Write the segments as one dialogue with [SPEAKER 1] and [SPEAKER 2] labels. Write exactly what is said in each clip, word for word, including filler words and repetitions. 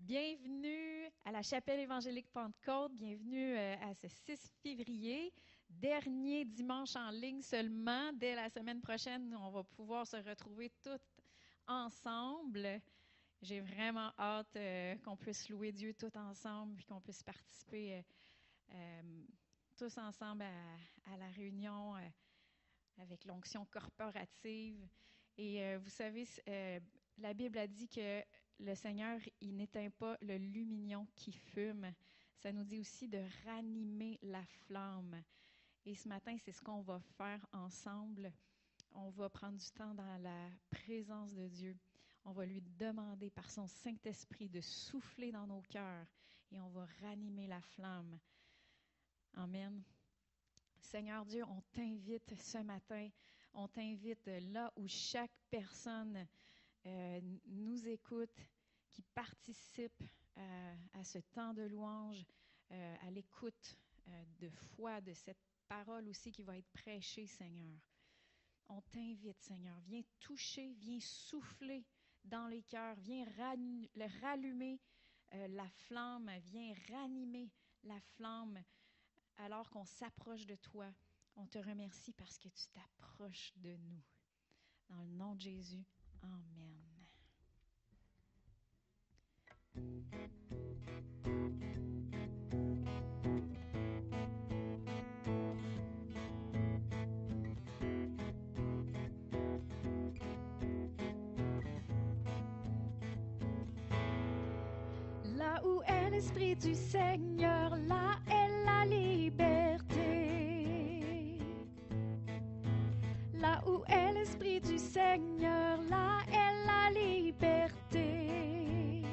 [SPEAKER 1] Bienvenue à la Chapelle évangélique Pentecôte. Bienvenue euh, à ce six février, dernier dimanche en ligne seulement. Dès la semaine prochaine, on va pouvoir se retrouver tous ensemble. J'ai vraiment hâte euh, qu'on puisse louer Dieu tous ensemble et qu'on puisse participer euh, euh, tous ensemble à, à la réunion euh, avec l'onction corporative. Et euh, vous savez, euh, la Bible a dit que le Seigneur, il n'éteint pas le lumignon qui fume. Ça nous dit aussi de ranimer la flamme. Et ce matin, c'est ce qu'on va faire ensemble. On va prendre du temps dans la présence de Dieu. On va lui demander par son Saint-Esprit de souffler dans nos cœurs et on va ranimer la flamme. Amen. Seigneur Dieu, on t'invite ce matin, on t'invite là où chaque personne euh, nous écoute, qui participe euh, à ce temps de louange, euh, à l'écoute euh, de foi, de cette parole aussi qui va être prêchée, Seigneur. On t'invite, Seigneur, viens toucher, viens souffler dans les cœurs, viens ran- le rallumer euh, la flamme, viens ranimer la flamme alors qu'on s'approche de toi. On te remercie parce que tu t'approches de nous. Dans le nom de Jésus, Amen. Là où est l'Esprit du Seigneur, là est la liberté. Là où est l'Esprit du Seigneur, là est la liberté.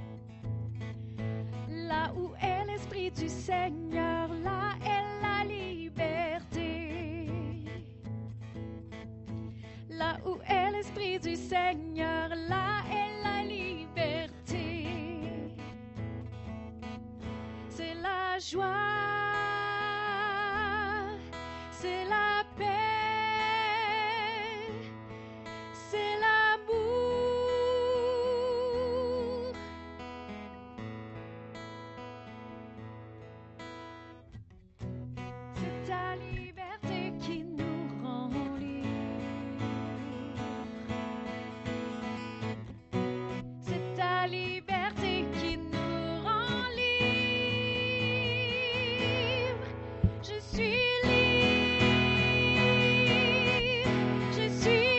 [SPEAKER 1] Là où est l'Esprit du Seigneur, là est la liberté. Là où est l'Esprit du Seigneur, là est la liberté. C'est la joie, c'est la paix, c'est l'amour. C'est ta liberté qui nous rend libres. C'est ta liberté qui nous rend libres. Je suis libre, je suis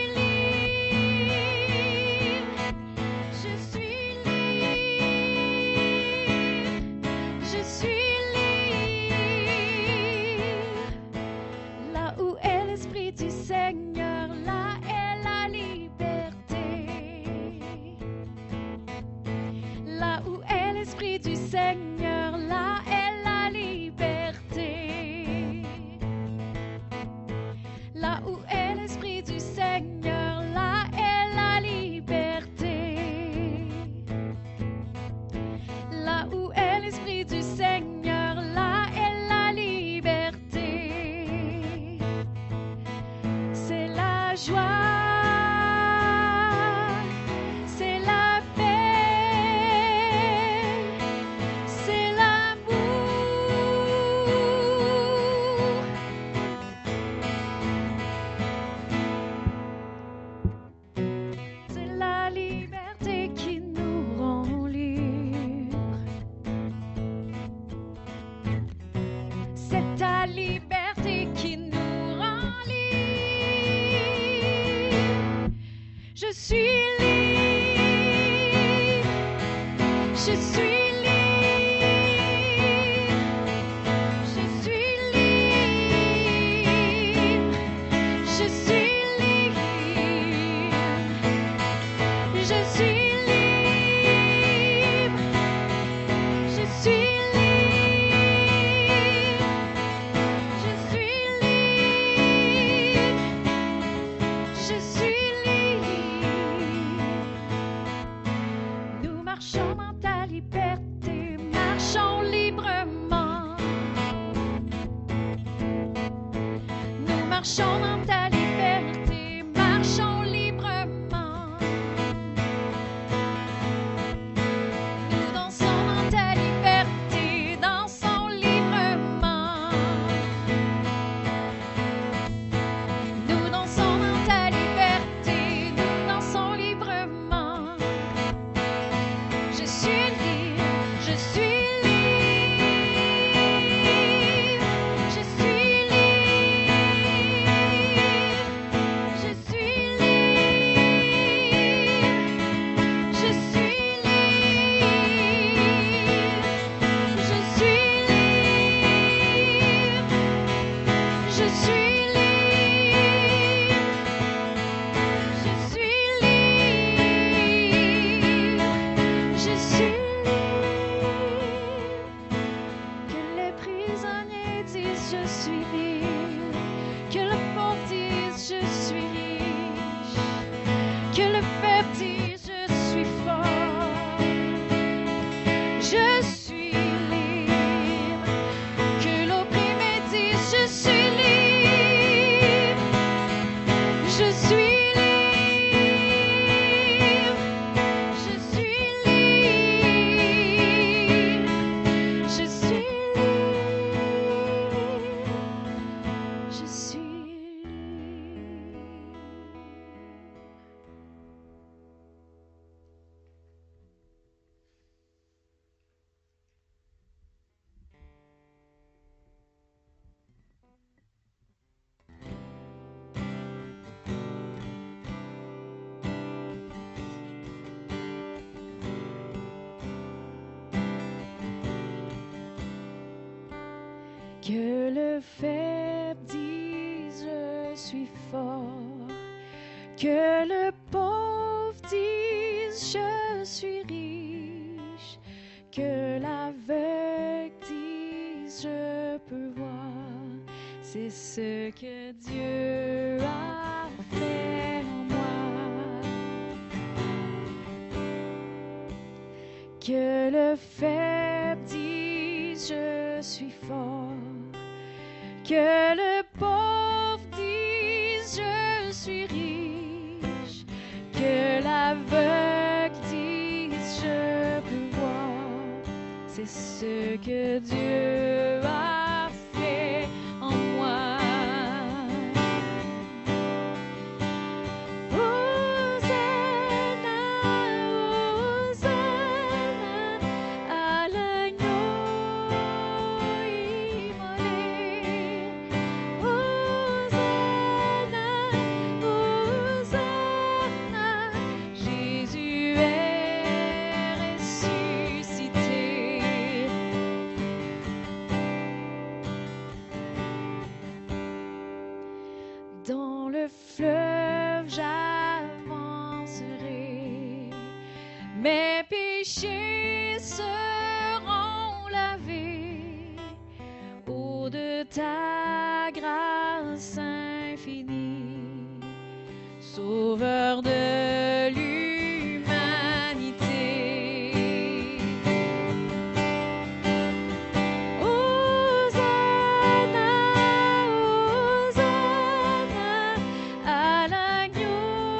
[SPEAKER 1] libre, je suis libre, je suis libre. Là où est l'Esprit du Seigneur, là est la liberté. Là où est l'Esprit du Seigneur, là est la liberté. Là où est l'Esprit du Seigneur, là est la liberté. Là où est l'Esprit du Seigneur, là est la liberté. C'est la joie, c'est la paix, c'est l'amour. C'est la liberté qui nous rend libres. C'est ta liberté qui nous rend libres. Je suis libre, je suis libre, je suis libre, je suis libre, je suis libre, je suis libre, je suis libre, je suis libre. Nous marchons dans ta liberté.
[SPEAKER 2] Que le faible dise je suis fort, que le pauvre dise je suis riche, que l'aveugle dise je peux voir, c'est ce que Dieu a fait en moi. Que le faible dise je suis fort, que le pauvre dise je suis riche, que l'aveugle dise je peux voir, c'est ce que Dieu a fait en moi. Dans le fleuve j'avancerai, mes péchés seront lavés, eau de ta grâce infinie, Sauveur de l'humanité. Hosanna, Hosanna à l'agneau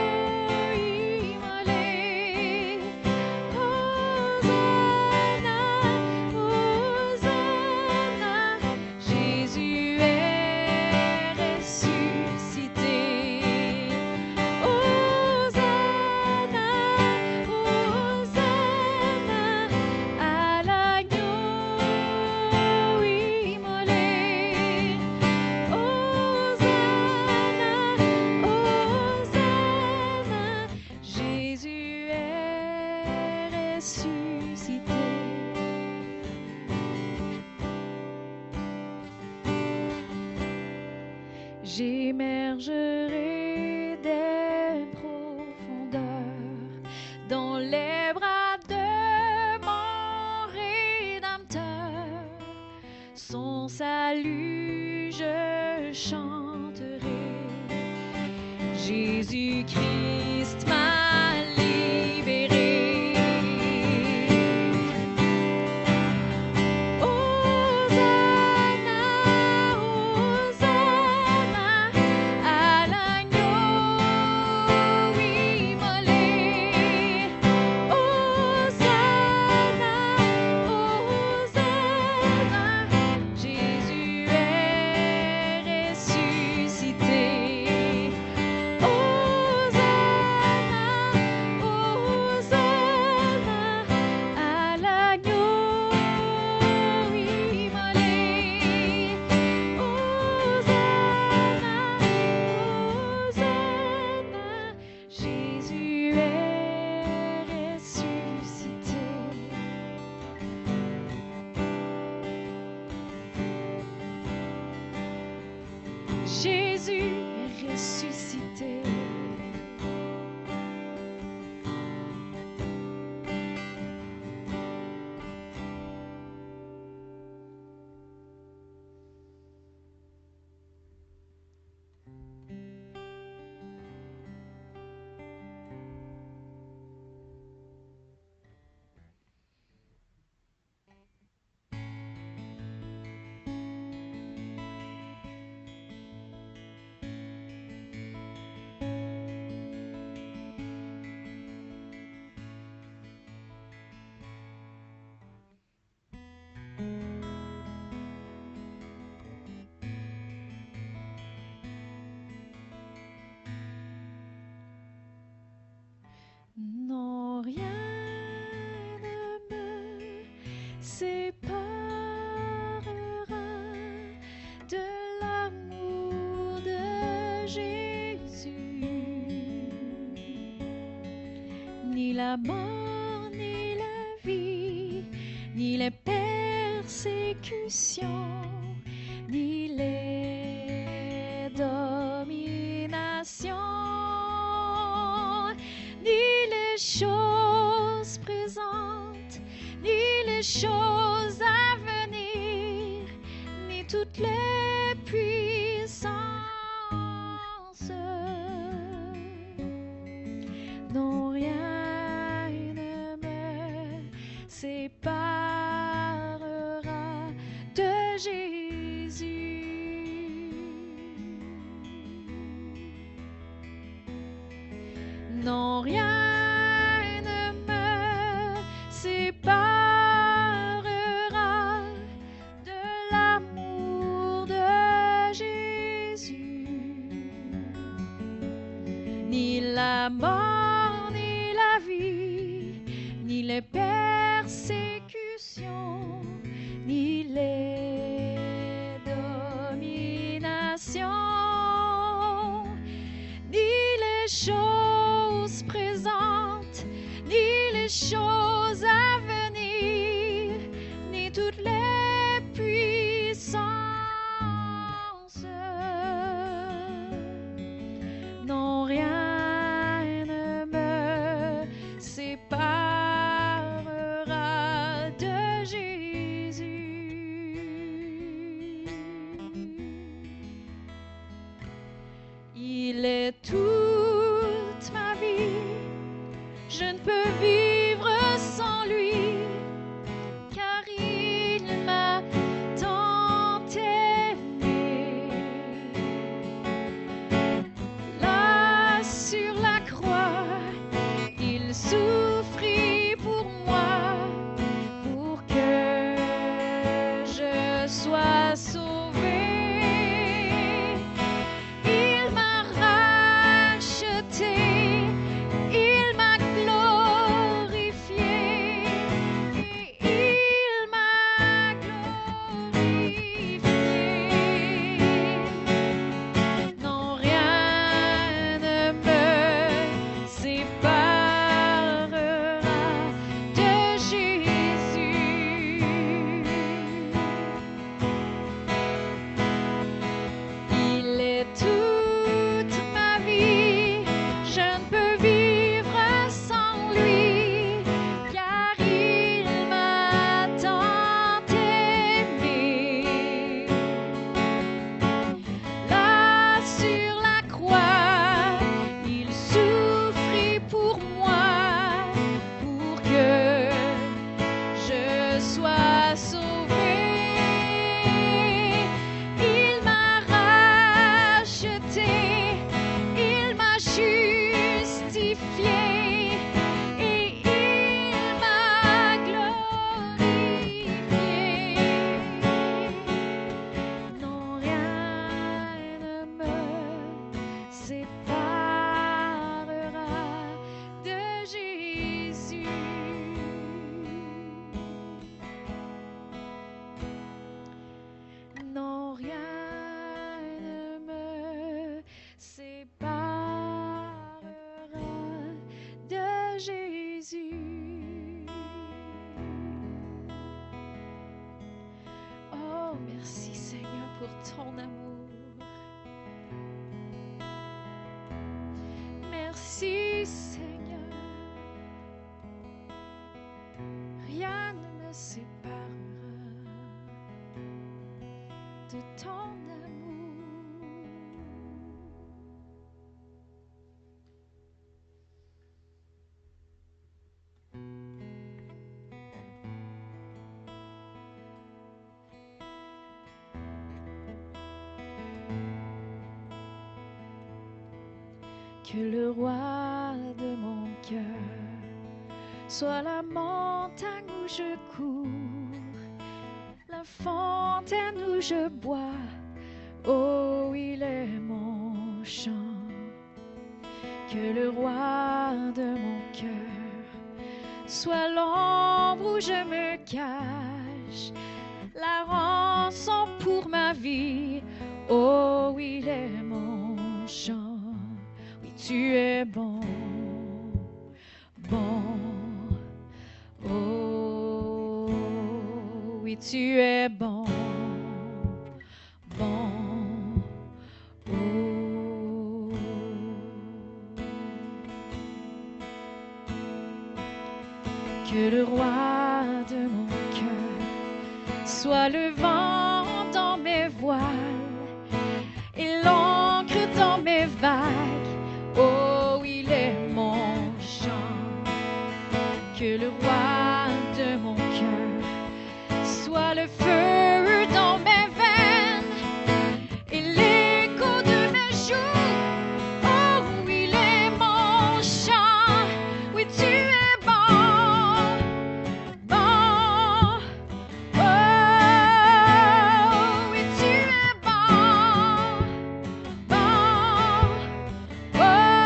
[SPEAKER 2] immolé. Hosanna, Hosanna, Jésus est ressuscité. Hosanna, Hosanna à l'agneau immolé. Hosanna, Hosanna, Jésus est ressuscité. J'émergerai des profondeurs dans les bras de mon Rédempteur. Son salut je chanterai. Jésus-Christ m'a libéré. Hosanna, Hosanna à l'agneau immolé. Hosanna, Hosanna, Jésus est ressuscité. Hosanna, Hosanna à l'agneau immolé. Hosanna, Hosanna, Jésus est ressuscité. Jésus est ressuscité. Non, rien ne me séparera de l'amour de Jésus. Ni la mort, ni la vie, ni les persécutions, ni les dominations, ni les choses présentes, ni les choses à venir, ni toutes les puissances. Non, rien ne me séparera de Jésus. Non, rien ne me séparera de l'amour de Jésus. Ni la mort, ni la vie, ni les persécutions, ni les dominations, ni les choses présentes, ni les choses à venir, ni toutes les puissances. Non, rien ne me séparera de Jésus. Il est toute ma vie, je ne peux vivre sans lui, car il m'a tant aimé. Là sur la croix, il souffrit pour moi, pour que je sois sauvé. Il m'a racheté, il m'a glorifié, et il m'a glorifié. Non, rien ne me séparera de Jésus. Il est toute ma vie, je ne peux vivre sans lui, car il m'a tant aimé. Là sur la croix, il souffrit pour moi, pour que je sois sauvé. Il m'a racheté, il m'a justifié, et il m'a glorifié. Non, rien ne me séparera de Jésus. Non, rien ne me séparera de Jésus. Oh, merci Seigneur pour ton amour. Merci Seigneur. Rien ne me séparera de ton amour. Que le roi de mon cœur soit la montagne où je cours, la fontaine où je bois. Oh, il est mon chant. Que le roi de mon cœur soit l'ombre où je me cache, la rançon pour ma vie. Oh, il est mon chant. Oui, tu es bon, bon. Oh, oui, tu es bon, Que le roi de mon cœur soit le vent dans mes voiles et l'encre dans mes vagues. Oh, il est mon chant. Que le roi de mon cœur soit le feu dans mes veines et l'écho de mes jours. Oh, il est mon chant. Oui, tu es bon, bon. Oh, oui, tu es bon, bon. Oh,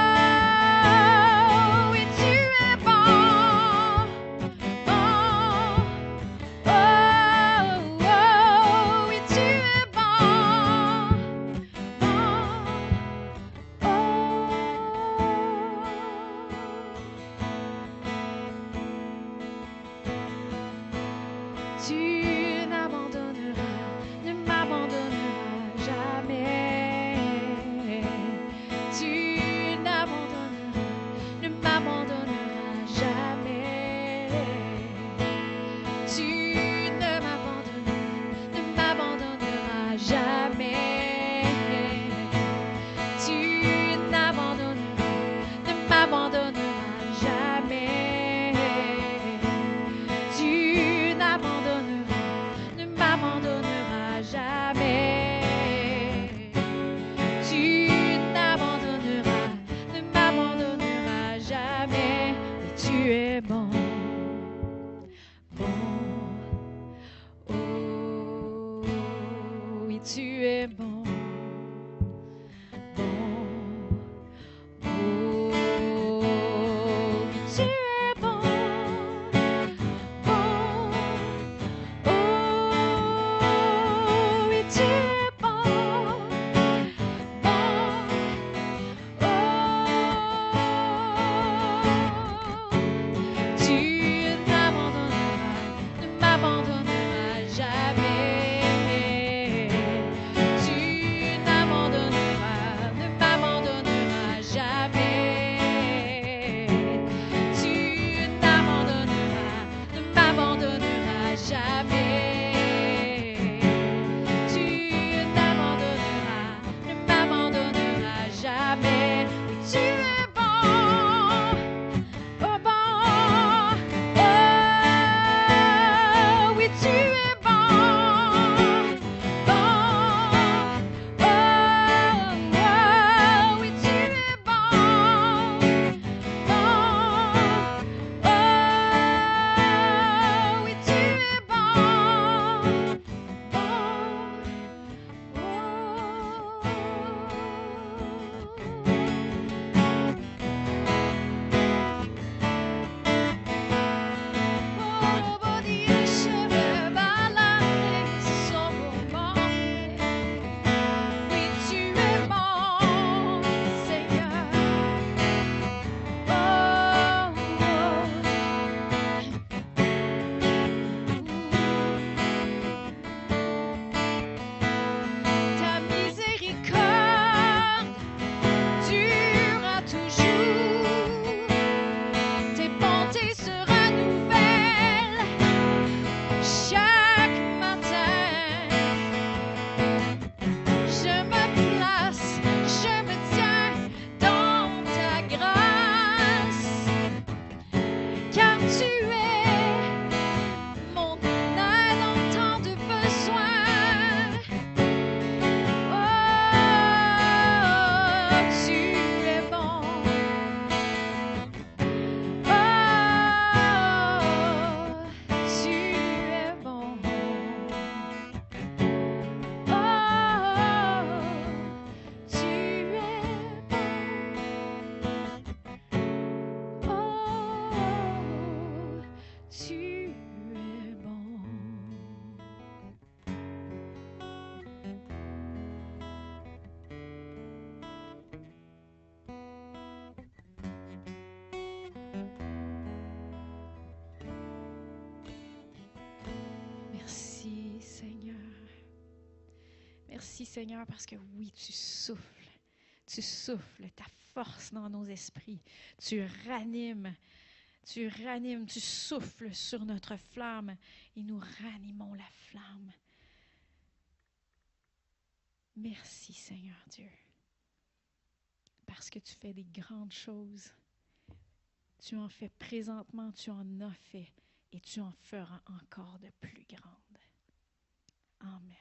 [SPEAKER 2] oui, tu es bon, bon. Oh, oh, oui, tu es bon, bon. Oh. Tu n'abandonneras, ne m'abandonneras jamais. Tu n'abandonneras, ne m'abandonneras jamais. Tu ne m'abandonneras, ne m'abandonneras jamais. Tu n'abandonneras, ne m'abandonneras jamais. Tu n'abandonneras, ne m'abandonneras jamais. Tu n'abandonneras, ne m'abandonneras jamais. Et tu es bon, bon. Oh, oui, tu es bon, bon. Oh, oui, tu es bon, bon. Oh, oui, tu es bon, bon. Oh, tu n'abandonneras, ne m'abandonneras jamais. Tu n'abandonneras, ne m'abandonneras jamais. Tu n'abandonneras, ne m'abandonneras jamais. Tu n'abandonneras, ne m'abandonneras jamais. Oui, tu es bon, oh bon. Oh, oui, tu es bon, bon. Oh, oh, oui, tu es bon, bon. Oh, oui, tu es bon, oui, tu es bon, Seigneur. Oh, ta miséricorde durera toujours. Tes bontés se renouvellent chaque matin. Je me place, je me tiens dans ta grâce, car tu es mon aide en temps de besoin. Oh, tu es bon. Oh, tu es bon. Oh, tu es bon. Oh, tu es bon. Merci, Seigneur. Merci, Seigneur, parce que oui, tu souffles. Tu souffles ta force dans nos esprits. Tu ranimes
[SPEAKER 1] Tu ranimes, tu souffles sur notre flamme et nous ranimons la flamme. Merci Seigneur Dieu, parce que tu fais des grandes choses. Tu en fais présentement, tu en as fait et tu en feras encore de plus grandes. Amen.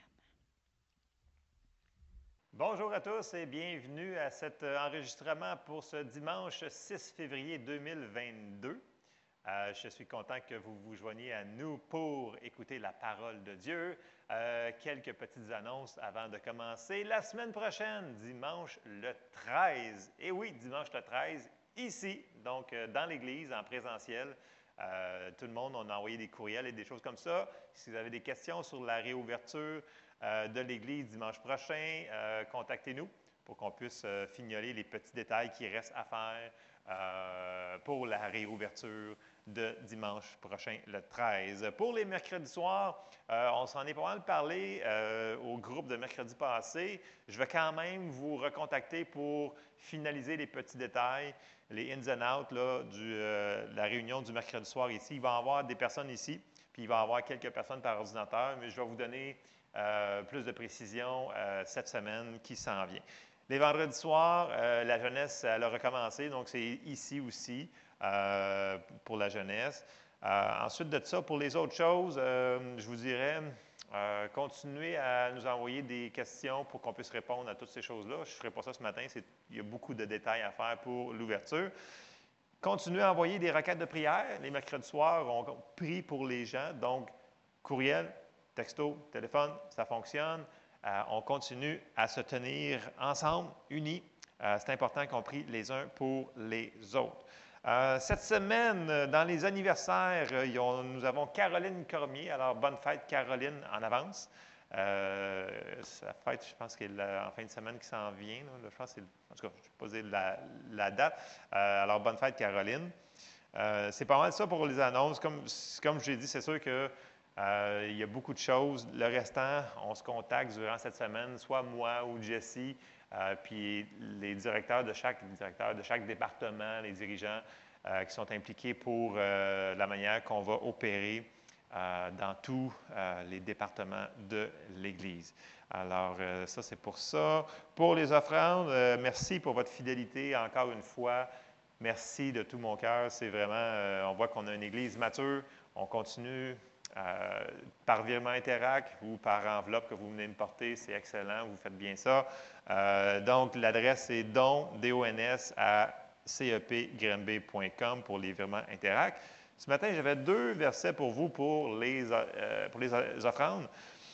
[SPEAKER 3] Bonjour à tous et bienvenue à cet enregistrement pour ce dimanche six février deux mille vingt-deux. Euh, je suis content que vous vous joigniez à nous pour écouter la parole de Dieu. Euh, quelques petites annonces avant de commencer. La semaine prochaine, dimanche le treize, et oui, dimanche le treize, ici, donc euh, dans l'église, en présentiel. Euh, tout le monde, on a envoyé des courriels et des choses comme ça. Si vous avez des questions sur la réouverture euh, de l'église dimanche prochain, euh, contactez-nous pour qu'on puisse euh, fignoler les petits détails qui restent à faire euh, pour la réouverture de dimanche prochain, le treize. Pour les mercredis soirs, euh, on s'en est pas mal parlé euh, au groupe de mercredi passé. Je vais quand même vous recontacter pour finaliser les petits détails, les ins and outs là, de euh, la réunion du mercredi soir ici. Il va y avoir des personnes ici, puis il va y avoir quelques personnes par ordinateur, mais je vais vous donner euh, plus de précision euh, cette semaine qui s'en vient. Les vendredis soirs, euh, la jeunesse, elle a recommencé, donc c'est ici aussi. Euh, pour la jeunesse. Euh, ensuite de ça, pour les autres choses, euh, je vous dirais, euh, continuez à nous envoyer des questions pour qu'on puisse répondre à toutes ces choses-là. Je ne ferai pas ça ce matin, c'est, il y a beaucoup de détails à faire pour l'ouverture. Continuez à envoyer des requêtes de prière. Les mercredis soirs, on prie pour les gens, donc courriel, texto, téléphone, ça fonctionne. Euh, on continue à se tenir ensemble, unis. Euh, c'est important qu'on prie les uns pour les autres. Euh, cette semaine, dans les anniversaires, euh, ont, nous avons Caroline Cormier. Alors, bonne fête, Caroline, en avance. Euh, sa fête, je pense qu'elle est en fin de semaine qui s'en vient. Là, je pense que c'est, en tout cas, je ne vais pas dire la, la date. Euh, alors, bonne fête, Caroline. Euh, c'est pas mal ça pour les annonces. Comme, comme je l'ai dit, c'est sûr qu'il euh, y a beaucoup de choses. Le restant, on se contacte durant cette semaine, soit moi ou Jessie. Euh, puis les directeurs de chaque directeur de chaque département, les dirigeants euh, qui sont impliqués pour euh, la manière qu'on va opérer euh, dans tous euh, les départements de l'Église. Alors, euh, ça, c'est pour ça. Pour les offrandes, euh, merci pour votre fidélité encore une fois. Merci de tout mon cœur. C'est vraiment, euh, on voit qu'on a une Église mature. On continue. Euh, par virement Interac ou par enveloppe que vous venez de porter, c'est excellent, vous faites bien ça. Euh, donc, l'adresse est don, D O N S, à C E P granby point com pour les virements Interac. Ce matin, j'avais deux versets pour vous pour les, euh, pour les offrandes.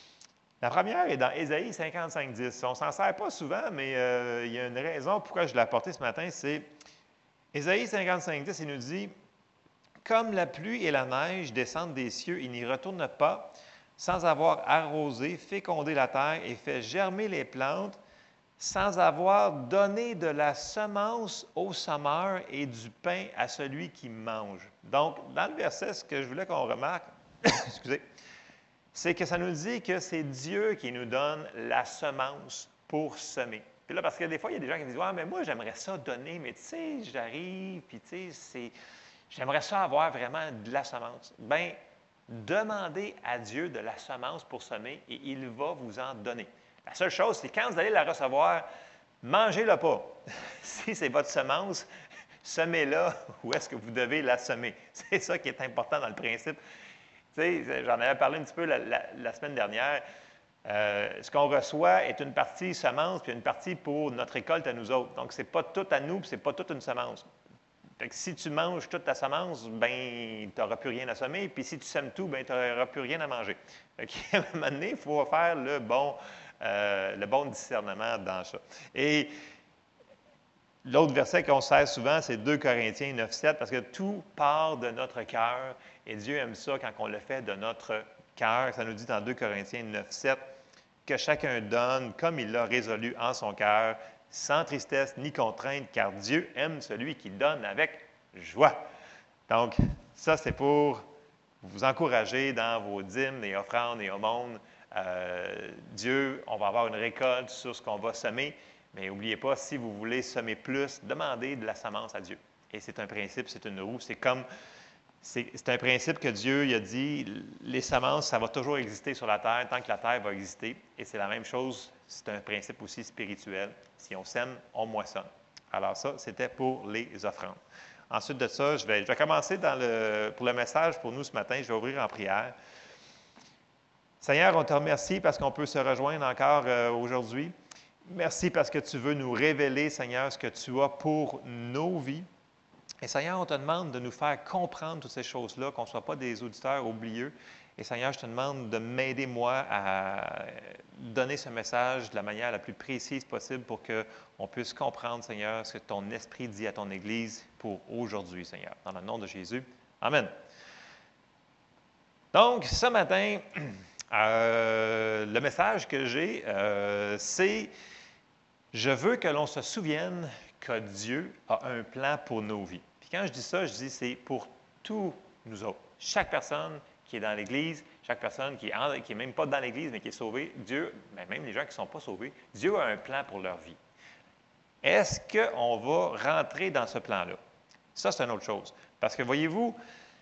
[SPEAKER 3] La première est dans Ésaïe cinquante-cinq dix. On ne s'en sert pas souvent, mais euh, il y a une raison pourquoi je l'ai apporté ce matin, c'est Ésaïe cinquante-cinq dix, il nous dit « Comme la pluie et la neige descendent des cieux, il n'y retourne pas, sans avoir arrosé, fécondé la terre et fait germer les plantes, sans avoir donné de la semence au semeur et du pain à celui qui mange. » Donc, dans le verset, ce que je voulais qu'on remarque, excusez, c'est que ça nous dit que c'est Dieu qui nous donne la semence pour semer. Puis là, parce que des fois, il y a des gens qui disent « Ouais, mais moi, j'aimerais ça donner, mais tu sais, j'arrive, puis tu sais, c'est... J'aimerais ça avoir vraiment de la semence. » Bien, demandez à Dieu de la semence pour semer et il va vous en donner. La seule chose, c'est quand vous allez la recevoir, mangez-la pas. Si c'est votre semence, semez-la où est-ce que vous devez la semer. C'est ça qui est important dans le principe. Tu sais, j'en avais parlé un petit peu la, la, la semaine dernière. Euh, ce qu'on reçoit est une partie semence puis une partie pour notre récolte à nous autres. Donc, ce n'est pas tout à nous puis ce n'est pas toute une semence. Fait que si tu manges toute ta semence, ben tu n'auras plus rien à semer. Puis si tu sèmes tout, ben tu n'auras plus rien à manger. Fait qu'à un moment donné, il faut faire le bon, euh, le bon discernement dans ça. Et l'autre verset qu'on sert souvent, c'est deux Corinthiens neuf sept, parce que tout part de notre cœur. Et Dieu aime ça quand on le fait de notre cœur. Ça nous dit dans deux Corinthiens neuf sept que chacun donne comme il l'a résolu en son cœur, sans tristesse ni contrainte, car Dieu aime celui qui donne avec joie. Donc, ça, c'est pour vous encourager dans vos dîmes et offrandes et aumônes. Euh, Dieu, on va avoir une récolte sur ce qu'on va semer, mais n'oubliez pas, si vous voulez semer plus, demandez de la semence à Dieu. Et c'est un principe, c'est une roue. C'est comme C'est, c'est un principe que Dieu il a dit, les semences, ça va toujours exister sur la terre tant que la terre va exister. Et c'est la même chose, c'est un principe aussi spirituel. Si on sème, on moissonne. Alors ça, c'était pour les offrandes. Ensuite de ça, je vais, je vais commencer dans le, pour le message pour nous ce matin. Je vais ouvrir en prière. Seigneur, on te remercie parce qu'on peut se rejoindre encore euh, aujourd'hui. Merci parce que tu veux nous révéler, Seigneur, ce que tu as pour nos vies. Et Seigneur, on te demande de nous faire comprendre toutes ces choses-là, qu'on ne soit pas des auditeurs oublieux. Et Seigneur, je te demande de m'aider, moi, à donner ce message de la manière la plus précise possible pour qu'on puisse comprendre, Seigneur, ce que ton Esprit dit à ton Église pour aujourd'hui, Seigneur. Dans le nom de Jésus. Amen. Donc, ce matin, euh, le message que j'ai, euh, c'est « Je veux que l'on se souvienne que Dieu a un plan pour nos vies. » Quand je dis ça, je dis c'est pour tous nous autres. Chaque personne qui est dans l'Église, chaque personne qui n'est même pas dans l'Église, mais qui est sauvée, Dieu, ben même les gens qui ne sont pas sauvés, Dieu a un plan pour leur vie. Est-ce qu'on va rentrer dans ce plan-là? Ça, c'est une autre chose. Parce que, voyez-vous,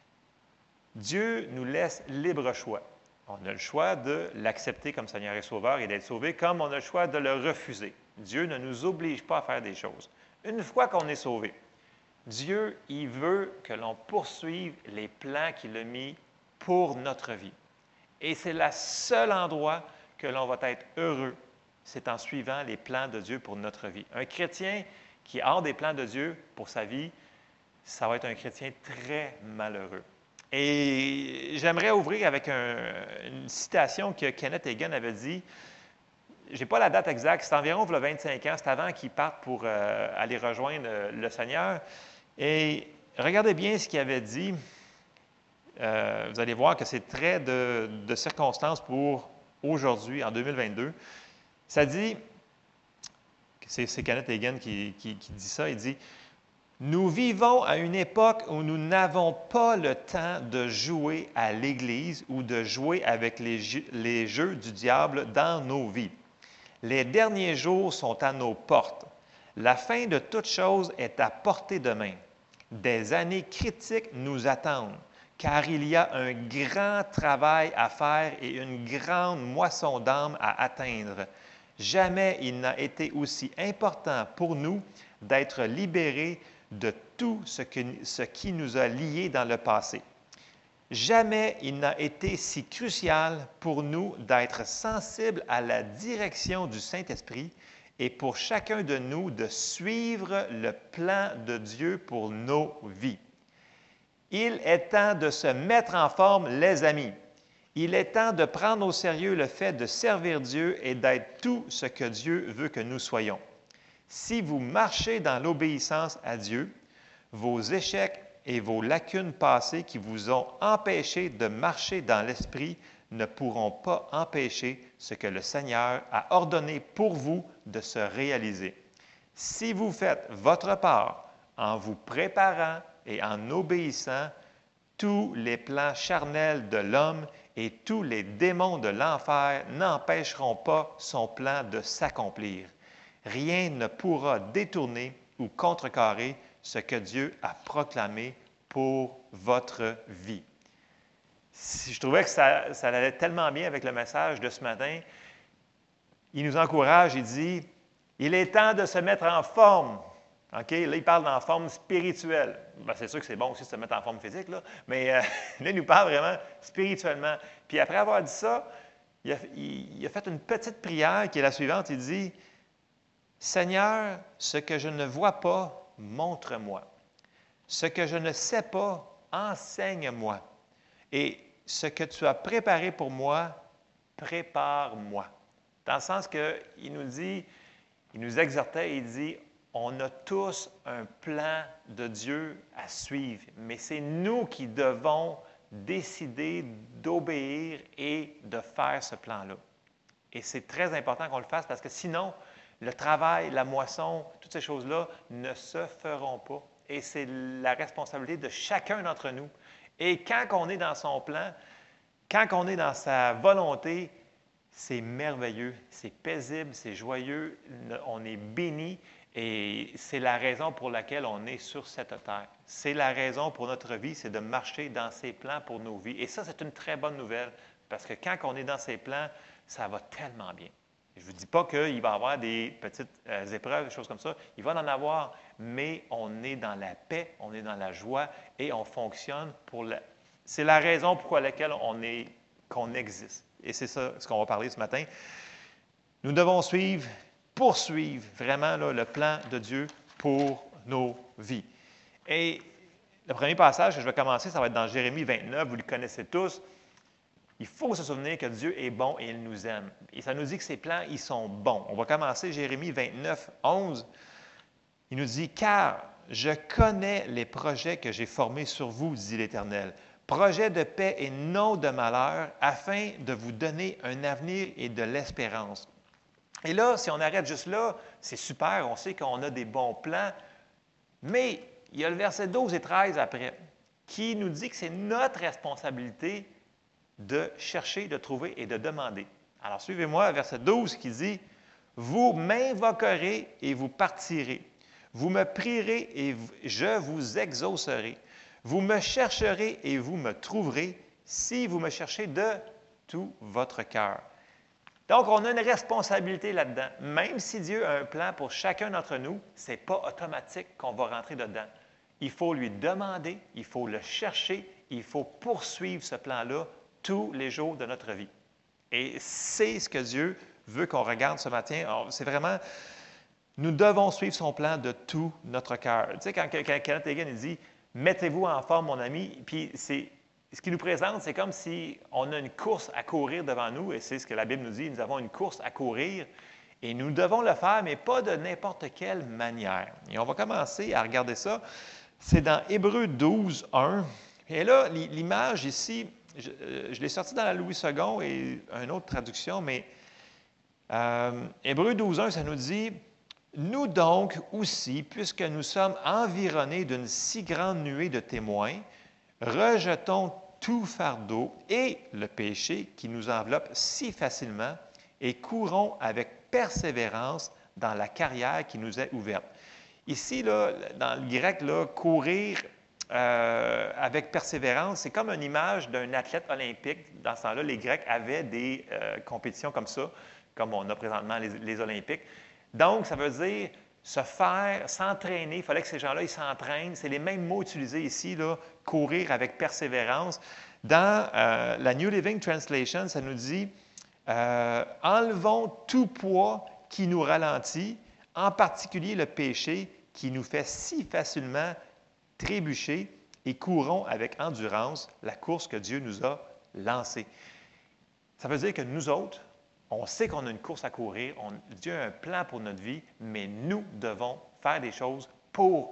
[SPEAKER 3] Dieu nous laisse libre choix. On a le choix de l'accepter comme Seigneur et Sauveur et d'être sauvé, comme on a le choix de le refuser. Dieu ne nous oblige pas à faire des choses. Une fois qu'on est sauvé, Dieu, il veut que l'on poursuive les plans qu'il a mis pour notre vie. Et c'est le seul endroit que l'on va être heureux, c'est en suivant les plans de Dieu pour notre vie. Un chrétien qui est hors des plans de Dieu pour sa vie, ça va être un chrétien très malheureux. Et j'aimerais ouvrir avec un, une citation que Kenneth Hagin avait dit. Je n'ai pas la date exacte, c'est environ le vingt-cinq ans, c'est avant qu'il parte pour euh, aller rejoindre euh, le Seigneur. Et regardez bien ce qu'il avait dit. Euh, vous allez voir que c'est très de, de circonstances pour aujourd'hui, en deux mille vingt-deux. Ça dit, c'est, c'est Kenneth Hagin qui, qui, qui dit ça, il dit « Nous vivons à une époque où nous n'avons pas le temps de jouer à l'Église ou de jouer avec les, les jeux du diable dans nos vies. Les derniers jours sont à nos portes. La fin de toute chose est à portée de main. Des années critiques nous attendent, car il y a un grand travail à faire et une grande moisson d'âmes à atteindre. Jamais il n'a été aussi important pour nous d'être libérés de tout ce, que, ce qui nous a liés dans le passé. Jamais il n'a été si crucial pour nous d'être sensibles à la direction du Saint-Esprit et pour chacun de nous de suivre le plan de Dieu pour nos vies. Il est temps de se mettre en forme, les amis. Il est temps de prendre au sérieux le fait de servir Dieu et d'être tout ce que Dieu veut que nous soyons. Si vous marchez dans l'obéissance à Dieu, vos échecs et vos lacunes passées qui vous ont empêché de marcher dans l'Esprit ne pourront pas empêcher ce que le Seigneur a ordonné pour vous de se réaliser. Si vous faites votre part en vous préparant et en obéissant, tous les plans charnels de l'homme et tous les démons de l'enfer n'empêcheront pas son plan de s'accomplir. Rien ne pourra détourner ou contrecarrer ce que Dieu a proclamé pour votre vie. Je trouvais que ça, ça allait tellement bien avec le message de ce matin. Il nous encourage, il dit, il est temps de se mettre en forme. Okay? Là, il parle en forme spirituelle. Ben, c'est sûr que c'est bon aussi de se mettre en forme physique, là, mais euh, là, il nous parle vraiment spirituellement. Puis après avoir dit ça, il a, il, il a fait une petite prière qui est la suivante. Il dit, « Seigneur, ce que je ne vois pas, montre-moi. Ce que je ne sais pas, enseigne-moi. Et ce que tu as préparé pour moi, prépare-moi. » Dans le sens qu'il nous dit, il nous exhortait, il dit, on a tous un plan de Dieu à suivre, mais c'est nous qui devons décider d'obéir et de faire ce plan-là. Et c'est très important qu'on le fasse parce que sinon, le travail, la moisson, toutes ces choses-là ne se feront pas. Et c'est la responsabilité de chacun d'entre nous. Et quand on est dans son plan, quand on est dans sa volonté, c'est merveilleux, c'est paisible, c'est joyeux, on est béni Et c'est la raison pour laquelle on est sur cette terre. C'est la raison pour notre vie, c'est de marcher dans ses plans pour nos vies. Et ça, c'est une très bonne nouvelle, parce que quand on est dans ses plans, ça va tellement bien. Je ne vous dis pas qu'il va y avoir des petites euh, épreuves, des choses comme ça. Il va en avoir, mais on est dans la paix, on est dans la joie et on fonctionne pour la... C'est la raison pour laquelle on est, qu'on existe. Et c'est ça ce qu'on va parler ce matin. Nous devons suivre, poursuivre vraiment là, le plan de Dieu pour nos vies. Et le premier passage que je vais commencer, ça va être dans Jérémie vingt-neuf, vous le connaissez tous. Il faut se souvenir que Dieu est bon et il nous aime. Et ça nous dit que ses plans, ils sont bons. On va commencer Jérémie vingt-neuf, onze. Il nous dit « Car je connais les projets que j'ai formés sur vous, dit l'Éternel, projets de paix et non de malheur, afin de vous donner un avenir et de l'espérance. » Et là, si on arrête juste là, c'est super, on sait qu'on a des bons plans, mais il y a le verset douze et treize après, qui nous dit que c'est notre responsabilité de chercher, de trouver et de demander. Alors, suivez-moi, verset douze qui dit « Vous m'invoquerez et vous partirez. Vous me prierez et je vous exaucerai. Vous me chercherez et vous me trouverez si vous me cherchez de tout votre cœur. » Donc, on a une responsabilité là-dedans. Même si Dieu a un plan pour chacun d'entre nous, ce n'est pas automatique qu'on va rentrer dedans. Il faut lui demander, il faut le chercher, il faut poursuivre ce plan-là tous les jours de notre vie. Et c'est ce que Dieu veut qu'on regarde ce matin. C'est vraiment, nous devons suivre son plan de tout notre cœur. Tu sais, quand, quand Kenneth Hagin il dit « Mettez-vous en forme, mon ami », puis c'est, ce qu'il nous présente, c'est comme si on a une course à courir devant nous, et c'est ce que la Bible nous dit, nous avons une course à courir, et nous devons le faire, mais pas de n'importe quelle manière. Et on va commencer à regarder ça. C'est dans Hébreux douze, un. Et là, l'image ici, je, je l'ai sorti dans la Louis second et une autre traduction, mais euh, Hébreux douze, un, ça nous dit « Nous donc aussi, puisque nous sommes environnés d'une si grande nuée de témoins, rejetons tout fardeau et le péché qui nous enveloppe si facilement et courons avec persévérance dans la carrière qui nous est ouverte. » Ici, là, dans le grec, là, courir euh, avec persévérance, c'est comme une image d'un athlète olympique. Dans ce temps-là, les Grecs avaient des euh, compétitions comme ça, comme on a présentement les, les Olympiques. Donc, ça veut dire se faire, s'entraîner. Il fallait que ces gens-là, ils s'entraînent. C'est les mêmes mots utilisés ici, là, courir avec persévérance. Dans euh, la New Living Translation, ça nous dit euh, « Enlevons tout poids qui nous ralentit, en particulier le péché qui nous fait si facilement trébucher et courons avec endurance la course que Dieu nous a lancée. » Ça veut dire que nous autres, on sait qu'on a une course à courir, on, Dieu a un plan pour notre vie, mais nous devons faire des choses pour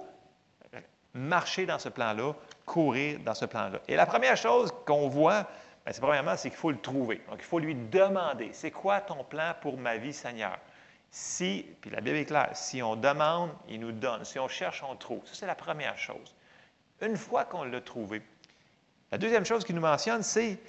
[SPEAKER 3] marcher dans ce plan-là, courir dans ce plan-là. Et la première chose qu'on voit, bien, c'est premièrement, c'est qu'il faut le trouver. Donc, il faut lui demander, c'est quoi ton plan pour ma vie, Seigneur? Si, puis la Bible est claire, si on demande, il nous donne. Si on cherche, on trouve. Ça, c'est la première chose. Une fois qu'on l'a trouvé, la deuxième chose qu'il nous mentionne, c'est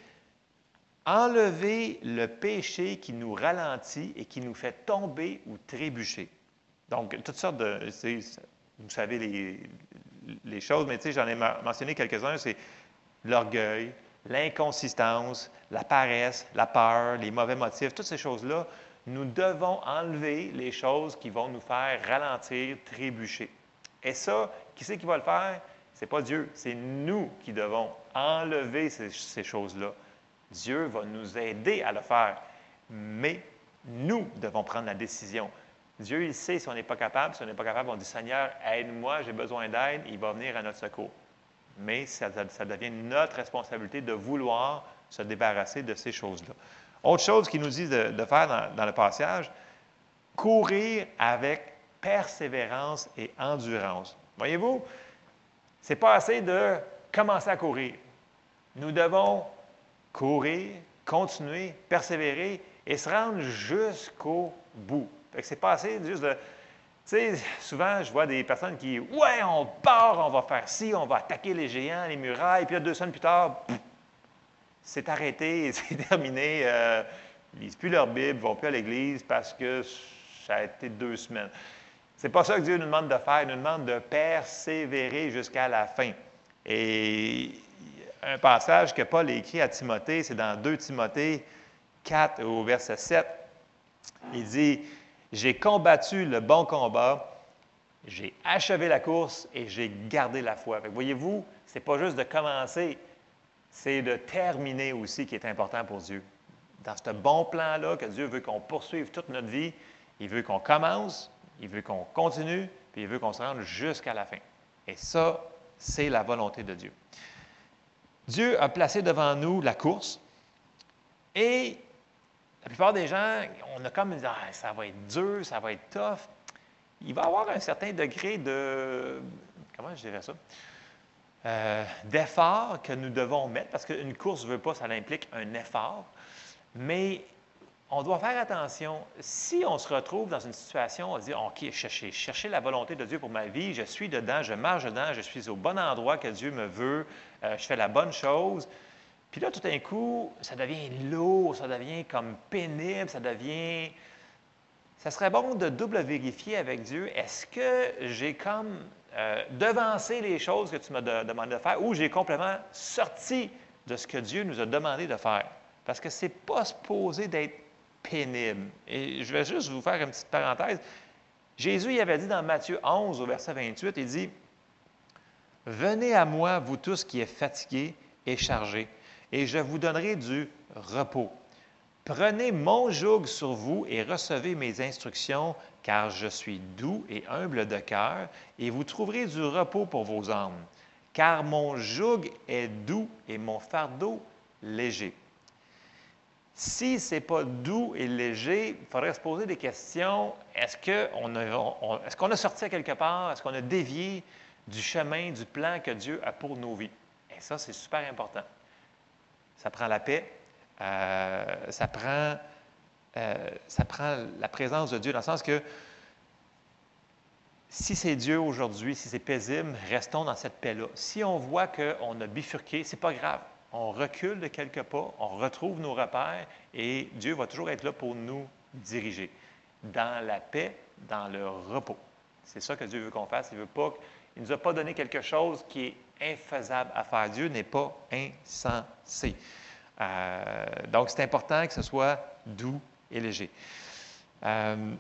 [SPEAKER 3] enlever le péché qui nous ralentit et qui nous fait tomber ou trébucher. Donc, toutes sortes de... Vous savez les, les choses, mais tu sais, j'en ai mentionné quelques-uns, c'est l'orgueil, l'inconsistance, la paresse, la peur, les mauvais motifs, toutes ces choses-là. Nous devons enlever les choses qui vont nous faire ralentir, trébucher. Et ça, qui c'est qui va le faire? Ce n'est pas Dieu, c'est nous qui devons enlever ces, ces choses-là. Dieu va nous aider à le faire, mais nous devons prendre la décision. Dieu, il sait si on n'est pas capable. Si on n'est pas capable, on dit « Seigneur, aide-moi, j'ai besoin d'aide. » Il va venir à notre secours. Mais ça, ça devient notre responsabilité de vouloir se débarrasser de ces choses-là. Autre chose qu'il nous dit de, de faire dans, dans le passage, courir avec persévérance et endurance. Voyez-vous, ce n'est pas assez de commencer à courir. Nous devons courir, continuer, persévérer et se rendre jusqu'au bout. Fait que c'est pas assez juste de... Tu sais, souvent, je vois des personnes qui « Ouais, on part, on va faire ci, on va attaquer les géants, les murailles. » Puis là, deux semaines plus tard, pff, c'est arrêté, c'est terminé. Euh, ils ne lisent plus leur Bible, ils ne vont plus à l'Église parce que ça a été deux semaines. C'est pas ça que Dieu nous demande de faire. Il nous demande de persévérer jusqu'à la fin. Et un passage que Paul a écrit à Timothée, c'est dans deux Timothée quatre au verset sept. Il dit, « J'ai combattu le bon combat, j'ai achevé la course et j'ai gardé la foi. » Voyez-vous, ce n'est pas juste de commencer, c'est de terminer aussi qui est important pour Dieu. Dans ce bon plan-là que Dieu veut qu'on poursuive toute notre vie, il veut qu'on commence, il veut qu'on continue, puis il veut qu'on se rende jusqu'à la fin. Et ça, c'est la volonté de Dieu. Dieu a placé devant nous la course et la plupart des gens, on a comme dit, ah, ça va être dur, ça va être tough. Il va y avoir un certain degré de, comment je dirais ça, euh, d'effort que nous devons mettre, parce qu'une course, je ne veux pas, ça implique un effort, mais on doit faire attention. Si on se retrouve dans une situation, on dit, OK, chercher, chercher la volonté de Dieu pour ma vie, je suis dedans, je marche dedans, je suis au bon endroit que Dieu me veut, euh, je fais la bonne chose. Puis là, tout d'un coup, ça devient lourd, ça devient comme pénible, ça devient... Ça serait bon de double vérifier avec Dieu, est-ce que j'ai comme euh, devancé les choses que tu m'as de, demandé de faire ou j'ai complètement sorti de ce que Dieu nous a demandé de faire? Parce que ce n'est pas supposé d'être pénible. Et je vais juste vous faire une petite parenthèse. Jésus il avait dit dans Matthieu onze, au verset vingt-huit, il dit, « Venez à moi, vous tous qui êtes fatigués et chargés, et je vous donnerai du repos. Prenez mon joug sur vous et recevez mes instructions, car je suis doux et humble de cœur, et vous trouverez du repos pour vos âmes. Car mon joug est doux et mon fardeau léger. » Si ce n'est pas doux et léger, il faudrait se poser des questions. Est-ce qu'on a, on, est-ce qu'on a sorti à quelque part? Est-ce qu'on a dévié du chemin, du plan que Dieu a pour nos vies? Et ça, c'est super important. Ça prend la paix, euh, ça, prend, euh, ça prend la présence de Dieu, dans le sens que si c'est Dieu aujourd'hui, si c'est paisible, restons dans cette paix-là. Si on voit qu'on a bifurqué, ce n'est pas grave. On recule de quelques pas, on retrouve nos repères et Dieu va toujours être là pour nous diriger dans la paix, dans le repos. C'est ça que Dieu veut qu'on fasse. Il veut pas, il ne nous a pas donné quelque chose qui est infaisable à faire. Dieu n'est pas insensé. Euh, donc, c'est important que ce soit doux et léger. Euh,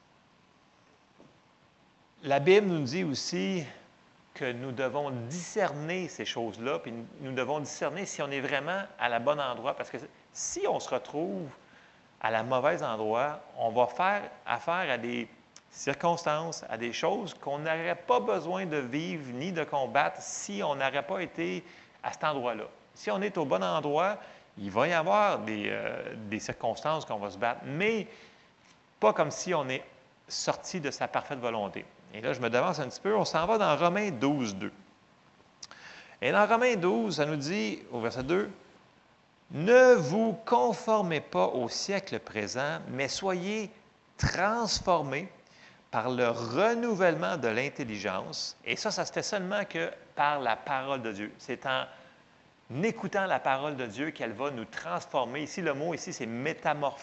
[SPEAKER 3] la Bible nous dit aussi que nous devons discerner ces choses-là, puis nous devons discerner si on est vraiment à la bonne endroit, parce que si on se retrouve à la mauvaise endroit, on va faire affaire à des circonstances, à des choses qu'on n'aurait pas besoin de vivre ni de combattre si on n'aurait pas été à cet endroit-là. Si on est au bon endroit, il va y avoir des, euh, des circonstances qu'on va se battre, mais pas comme si on est sorti de sa parfaite volonté. Et là, je me devance un petit peu, on s'en va dans Romains douze, deux. Et dans Romains douze, ça nous dit, au verset deux, « Ne vous conformez pas au siècle présent, mais soyez transformés par le renouvellement de l'intelligence. » Et ça, ça se fait seulement que par la parole de Dieu. C'est en écoutant la parole de Dieu qu'elle va nous transformer. Ici, le mot ici, c'est « métamorphoser »,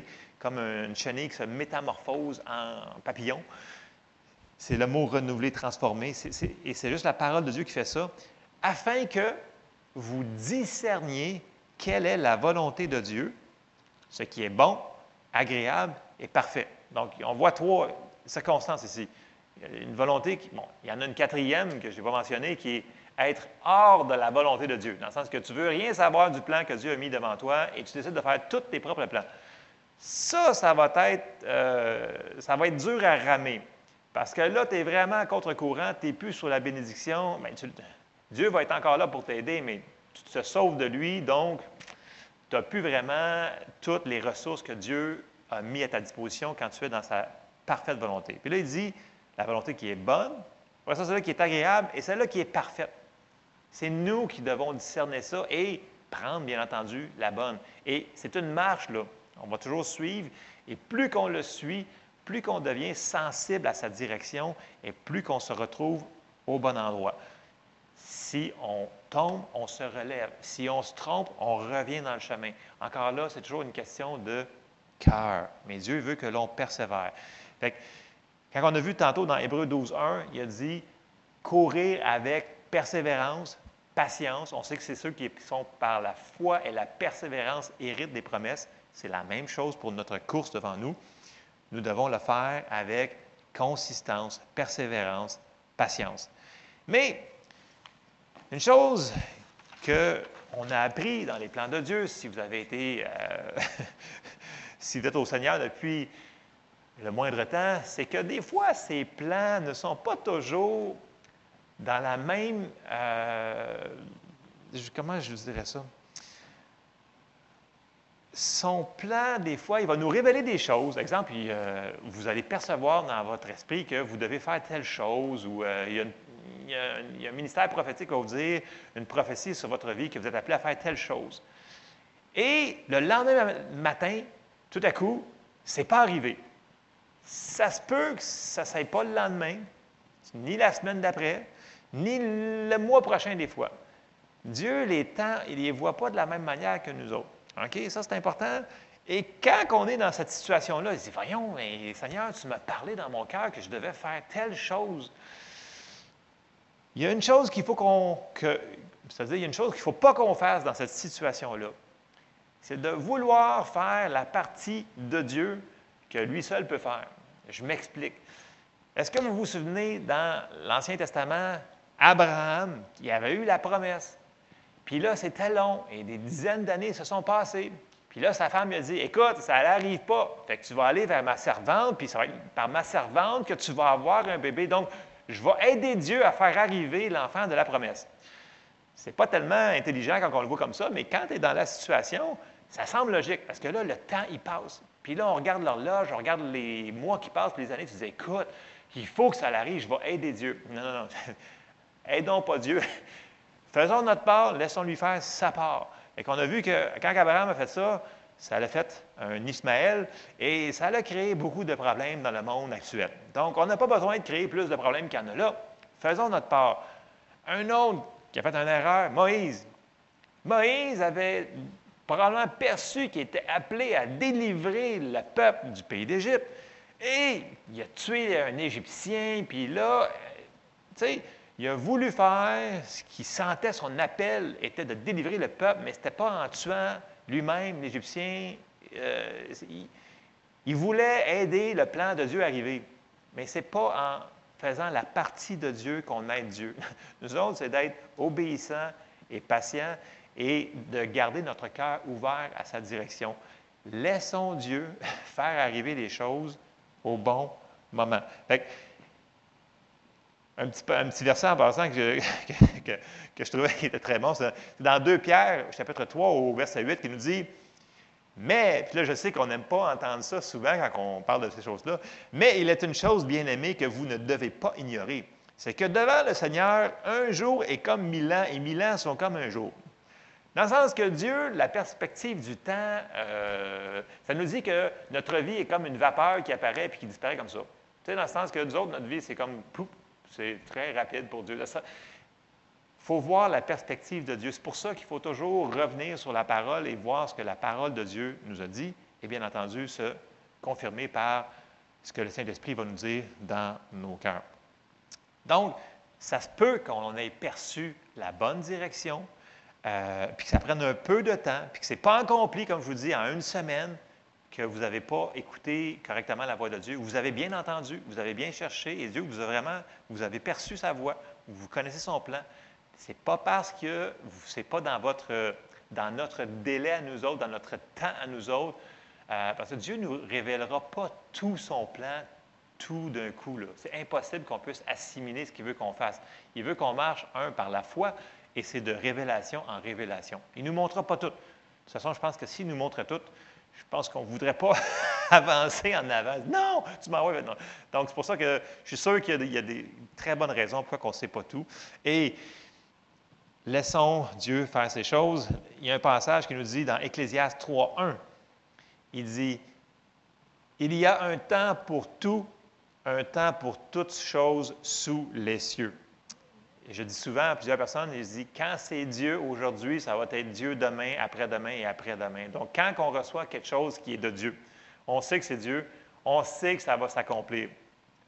[SPEAKER 3] comme une chenille qui se métamorphose en papillon. C'est le mot « renouveler »,« transformer ». C'est, c'est, et c'est juste la parole de Dieu qui fait ça, afin que vous discerniez quelle est la volonté de Dieu, ce qui est bon, agréable et parfait. Donc, on voit trois circonstances ici. Il y a une volonté, qui, bon, il y en a une quatrième que je n'ai pas mentionnée, qui est être hors de la volonté de Dieu, dans le sens que tu ne veux rien savoir du plan que Dieu a mis devant toi et tu décides de faire tous tes propres plans. Ça, ça va être, euh, ça va être dur à ramer. Parce que là, tu es vraiment à contre-courant, tu n'es plus sur la bénédiction. Bien, tu, Dieu va être encore là pour t'aider, mais tu te sauves de lui, donc tu n'as plus vraiment toutes les ressources que Dieu a mises à ta disposition quand tu es dans sa parfaite volonté. Puis là, il dit, la volonté qui est bonne, après ça, celle-là qui est agréable et celle-là qui est parfaite. C'est nous qui devons discerner ça et prendre, bien entendu, la bonne. Et c'est une marche, là. On va toujours suivre, et plus qu'on le suit, plus qu'on devient sensible à sa direction et plus qu'on se retrouve au bon endroit. Si on tombe, on se relève. Si on se trompe, on revient dans le chemin. Encore là, c'est toujours une question de cœur. Mais Dieu veut que l'on persévère. Fait que Quand on a vu tantôt dans Hébreux douze, un, il a dit « courir avec persévérance, patience ». On sait que c'est ceux qui sont par la foi et la persévérance héritent des promesses. C'est la même chose pour notre course devant nous. Nous devons le faire avec consistance, persévérance, patience. Mais une chose qu'on a appris dans les plans de Dieu, si vous avez été, euh, si vous êtes au Seigneur depuis le moindre temps, c'est que des fois, ces plans ne sont pas toujours dans la même... Euh, comment je vous dirais ça? Son plan, des fois, il va nous révéler des choses. Exemple, il, euh, vous allez percevoir dans votre esprit que vous devez faire telle chose, ou euh, il, y a une, il, y a, il y a un ministère prophétique qui va vous dire une prophétie sur votre vie, que vous êtes appelé à faire telle chose. Et le lendemain matin, tout à coup, ce n'est pas arrivé. Ça se peut que ça ne soit pas le lendemain, ni la semaine d'après, ni le mois prochain des fois. Dieu, les temps, il ne les voit pas de la même manière que nous autres. OK? Ça, c'est important. Et quand on est dans cette situation-là, il dit, voyons, mais Seigneur, tu m'as parlé dans mon cœur que je devais faire telle chose. Il y a une chose qu'il faut qu'on... Que, c'est-à-dire, il y a une chose qu'il ne faut pas qu'on fasse dans cette situation-là. C'est de vouloir faire la partie de Dieu que lui seul peut faire. Je m'explique. Est-ce que vous vous souvenez, dans l'Ancien Testament, Abraham, qui avait eu la promesse, puis là, c'était long, et des dizaines d'années se sont passées. Puis là, sa femme lui a dit, « Écoute, ça n'arrive pas. Fait que tu vas aller vers ma servante, puis ça va être par ma servante que tu vas avoir un bébé. Donc, je vais aider Dieu à faire arriver l'enfant de la promesse. » Ce n'est pas tellement intelligent quand on le voit comme ça, mais quand tu es dans la situation, ça semble logique, parce que là, le temps, il passe. Puis là, on regarde l'horloge, on regarde les mois qui passent, puis les années, tu te dis, « Écoute, il faut que ça arrive, je vais aider Dieu. » Non, non, non. Aidons pas Dieu. Faisons notre part, laissons-lui faire sa part. Et qu'on a vu que quand Abraham a fait ça, ça a fait un Ismaël et ça a créé beaucoup de problèmes dans le monde actuel. Donc, on n'a pas besoin de créer plus de problèmes qu'il y en a là. Faisons notre part. Un autre qui a fait une erreur, Moïse. Moïse avait probablement perçu qu'il était appelé à délivrer le peuple du pays d'Égypte. Et il a tué un Égyptien, puis là, tu sais, il a voulu faire ce qu'il sentait, son appel était de délivrer le peuple, mais ce n'était pas en tuant lui-même, l'Égyptien. Euh, il, il voulait aider le plan de Dieu à arriver. Mais ce n'est pas en faisant la partie de Dieu qu'on aide Dieu. Nous autres, c'est d'être obéissants et patients et de garder notre cœur ouvert à sa direction. Laissons Dieu faire arriver les choses au bon moment. Fait que, Un petit, un petit verset en passant que je, que, que, que je trouvais qui était très bon, c'est dans deux Pierre, chapitre trois, au verset huit, qui nous dit « Mais, puis là, je sais qu'on n'aime pas entendre ça souvent quand on parle de ces choses-là, mais il est une chose, bien-aimée, que vous ne devez pas ignorer. C'est que devant le Seigneur, un jour est comme mille ans, et mille ans sont comme un jour. » Dans le sens que Dieu, la perspective du temps, euh, ça nous dit que notre vie est comme une vapeur qui apparaît puis qui disparaît comme ça. Tu sais, dans le sens que nous autres, notre vie, c'est comme pouf. C'est très rapide pour Dieu. Il faut voir la perspective de Dieu. C'est pour ça qu'il faut toujours revenir sur la parole et voir ce que la parole de Dieu nous a dit et bien entendu se confirmer par ce que le Saint-Esprit va nous dire dans nos cœurs. Donc, ça se peut qu'on ait perçu la bonne direction, euh, puis que ça prenne un peu de temps, puis que ce n'est pas accompli, comme je vous dis, en une semaine, que vous n'avez pas écouté correctement la voix de Dieu. Vous avez bien entendu, vous avez bien cherché, et Dieu vous a vraiment, vous avez perçu sa voix, vous connaissez son plan. Ce n'est pas parce que ce n'est pas dans, votre, dans notre délai à nous autres, dans notre temps à nous autres, euh, parce que Dieu ne nous révélera pas tout son plan, tout d'un coup. C'est impossible qu'on puisse assimiler ce qu'il veut qu'on fasse. Il veut qu'on marche, un, par la foi, et c'est de révélation en révélation. Il ne nous montrera pas tout. De toute façon, je pense que s'il nous montrait tout, je pense qu'on ne voudrait pas avancer en avant. Non, tu m'envoies maintenant. Donc, c'est pour ça que je suis sûr qu'il y a des, il y a des très bonnes raisons pourquoi on ne sait pas tout. Et laissons Dieu faire ces choses. Il y a un passage qui nous dit dans Ecclésiaste trois, un, il dit « Il y a un temps pour tout, un temps pour toutes choses sous les cieux. » Et je dis souvent à plusieurs personnes, je dis, quand c'est Dieu aujourd'hui, ça va être Dieu demain, après-demain et après-demain. Donc, quand on reçoit quelque chose qui est de Dieu, on sait que c'est Dieu, on sait que ça va s'accomplir.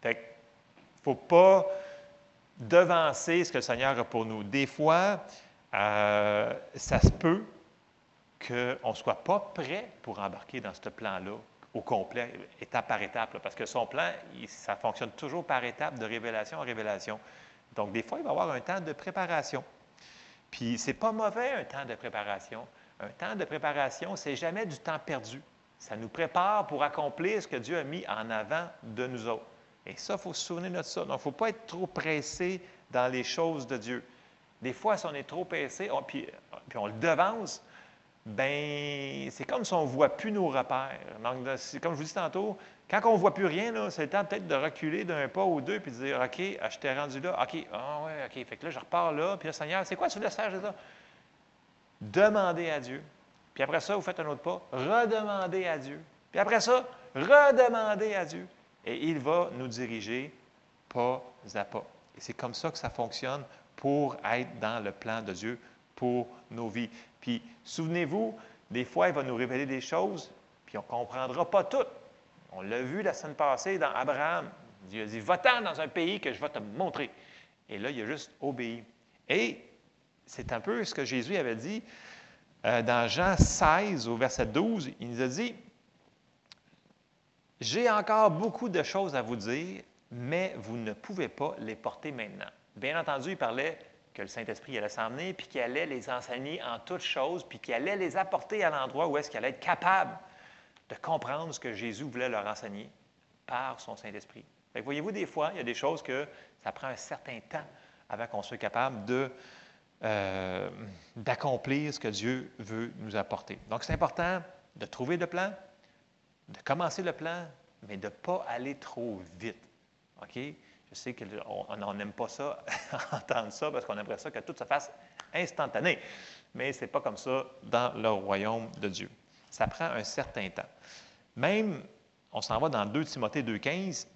[SPEAKER 3] Fait qu'il ne faut pas devancer ce que le Seigneur a pour nous. Des fois, euh, ça se peut qu'on ne soit pas prêt pour embarquer dans ce plan-là au complet, étape par étape, là, parce que son plan, il, ça fonctionne toujours par étapes, de révélation en révélation. Donc, des fois, il va y avoir un temps de préparation. Puis, ce n'est pas mauvais, un temps de préparation. Un temps de préparation, ce n'est jamais du temps perdu. Ça nous prépare pour accomplir ce que Dieu a mis en avant de nous autres. Et ça, il faut se souvenir de ça. Donc, il ne faut pas être trop pressé dans les choses de Dieu. Des fois, si on est trop pressé, on, puis, puis on le devance, bien, c'est comme si on ne voit plus nos repères. Donc, c'est comme je vous dis tantôt, quand on ne voit plus rien, là, c'est le temps peut-être de reculer d'un pas ou deux puis de dire, OK, je t'ai rendu là. OK, ah ouais, OK. Fait que là, je repars là. Puis là, Seigneur, c'est quoi tu veux faire de ça? Demandez à Dieu. Puis après ça, vous faites un autre pas. Redemandez à Dieu. Puis après ça, redemandez à Dieu. Et il va nous diriger pas à pas. Et c'est comme ça que ça fonctionne pour être dans le plan de Dieu pour nos vies. Puis, souvenez-vous, des fois, il va nous révéler des choses, puis on ne comprendra pas tout. On l'a vu la semaine passée dans Abraham. Dieu a dit, va-t'en dans un pays que je vais te montrer. Et là, il a juste obéi. Et c'est un peu ce que Jésus avait dit euh, dans Jean seize, au verset douze. Il nous a dit, « J'ai encore beaucoup de choses à vous dire, mais vous ne pouvez pas les porter maintenant. » Bien entendu, il parlait que le Saint-Esprit allait s'emmener, puis qu'il allait les enseigner en toutes choses, puis qu'il allait les apporter à l'endroit où est-ce qu'il allait être capable de comprendre ce que Jésus voulait leur enseigner par son Saint-Esprit. Voyez-vous, des fois, il y a des choses que ça prend un certain temps avant qu'on soit capable de, euh, d'accomplir ce que Dieu veut nous apporter. Donc, c'est important de trouver le plan, de commencer le plan, mais de ne pas aller trop vite. OK? Je sais qu'on n'aime pas ça, entendre ça, parce qu'on aimerait ça que tout se fasse instantané. Mais ce n'est pas comme ça dans le royaume de Dieu. Ça prend un certain temps. Même, on s'en va dans deux Timothée deux quinze,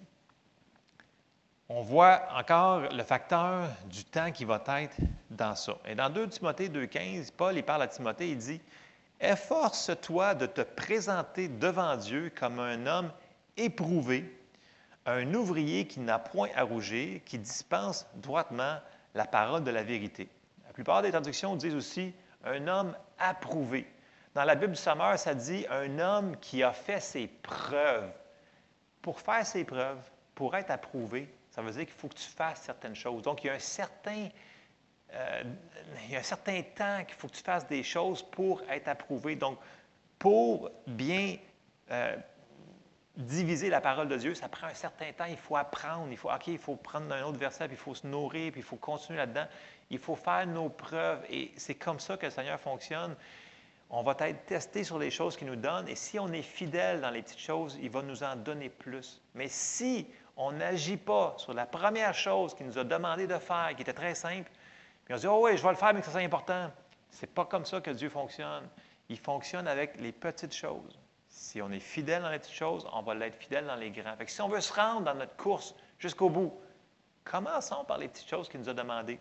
[SPEAKER 3] on voit encore le facteur du temps qui va être dans ça. Et dans deux Timothée deux quinze, Paul, il parle à Timothée, il dit, « Efforce-toi de te présenter devant Dieu comme un homme éprouvé, un ouvrier qui n'a point à rougir, qui dispense droitement la parole de la vérité. » La plupart des traductions disent aussi « un homme approuvé ». Dans la Bible du Sommeur, ça dit « un homme qui a fait ses preuves ». Pour faire ses preuves, pour être approuvé, ça veut dire qu'il faut que tu fasses certaines choses. Donc, il y a un certain, euh, il y a un certain temps qu'il faut que tu fasses des choses pour être approuvé. Donc, pour bien euh, diviser la parole de Dieu, ça prend un certain temps. Il faut apprendre. Il faut, OK, il faut prendre un autre verset, puis il faut se nourrir, puis il faut continuer là-dedans. Il faut faire nos preuves. Et c'est comme ça que le Seigneur fonctionne. On va être testé sur les choses qu'il nous donne. Et si on est fidèle dans les petites choses, il va nous en donner plus. Mais si on n'agit pas sur la première chose qu'il nous a demandé de faire, qui était très simple, puis on se dit, « Oh oui, je vais le faire, mais que ça c'est important. » Ce n'est pas comme ça que Dieu fonctionne. Il fonctionne avec les petites choses. Si on est fidèle dans les petites choses, on va l'être fidèle dans les grands. Fait que si on veut se rendre dans notre course jusqu'au bout, commençons par les petites choses qu'il nous a demandées.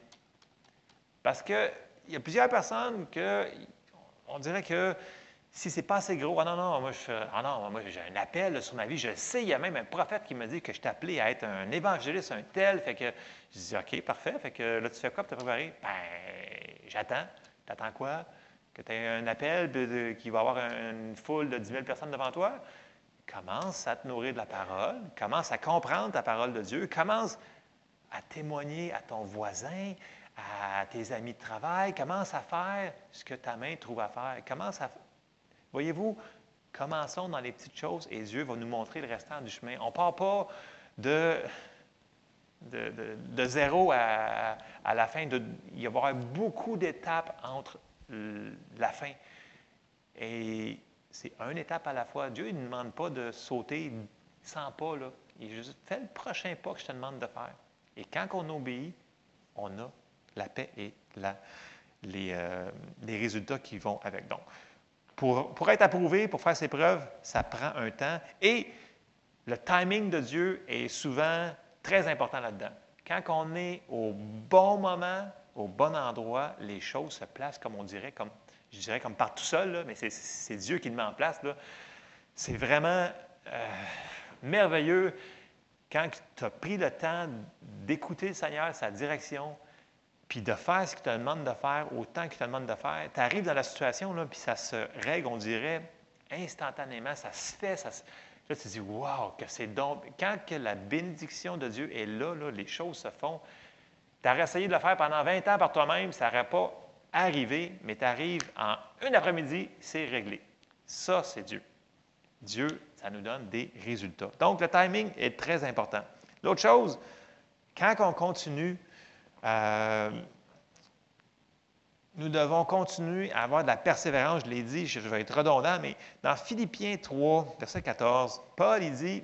[SPEAKER 3] Parce qu'il y a plusieurs personnes que, on dirait que si ce n'est pas assez gros, « Ah non, non, moi, je, ah non, moi j'ai un appel là, sur ma vie, je le sais, il y a même un prophète qui m'a dit que je t'ai appelé à être un évangéliste, un tel. » Fait que je dis, « OK, parfait. Fait que là, tu fais quoi pour te préparer? » « Bien, j'attends. T'attends quoi? Que tu aies un appel de, de, qui va avoir une foule de dix mille personnes devant toi? Commence à te nourrir de la parole. Commence à comprendre ta parole de Dieu. Commence à témoigner à ton voisin, à tes amis de travail. Commence à faire ce que ta main trouve à faire. Commence à... Voyez-vous, commençons dans les petites choses et Dieu va nous montrer le restant du chemin. On ne part pas de, de, de, de zéro à, à la fin. De, il va y avoir beaucoup d'étapes entre la fin. Et c'est une étape à la fois. Dieu, il ne demande pas de sauter cent pas, là. Il juste fait le prochain pas que je te demande de faire. Et quand on obéit, on a la paix et la, les, euh, les résultats qui vont avec. Donc, Pour, pour être approuvé, pour faire ses preuves, ça prend un temps. Et le timing de Dieu est souvent très important là-dedans. Quand on est au bon moment, au bon endroit, les choses se placent, comme on dirait, comme, je dirais comme par tout seul, là, mais c'est, c'est Dieu qui le met en place. Là. C'est vraiment euh, merveilleux. quand tu as pris le temps d'écouter le Seigneur, sa direction, puis de faire ce qu'il te demande de faire, autant qu'il te demande de faire, tu arrives dans la situation, là, puis ça se règle, on dirait, instantanément, ça se fait. Ça se... Là, tu te dis, wow, que c'est donc. Quand que la bénédiction de Dieu est là, là les choses se font. Tu aurais essayé de le faire pendant vingt ans par toi-même, ça n'aurait pas arrivé, mais tu arrives en une après-midi, c'est réglé. Ça, c'est Dieu. Dieu, ça nous donne des résultats. Donc, le timing est très important. L'autre chose, quand on continue, euh, nous devons continuer à avoir de la persévérance. Je l'ai dit, je vais être redondant, mais dans Philippiens trois, verset quatorze, Paul, il dit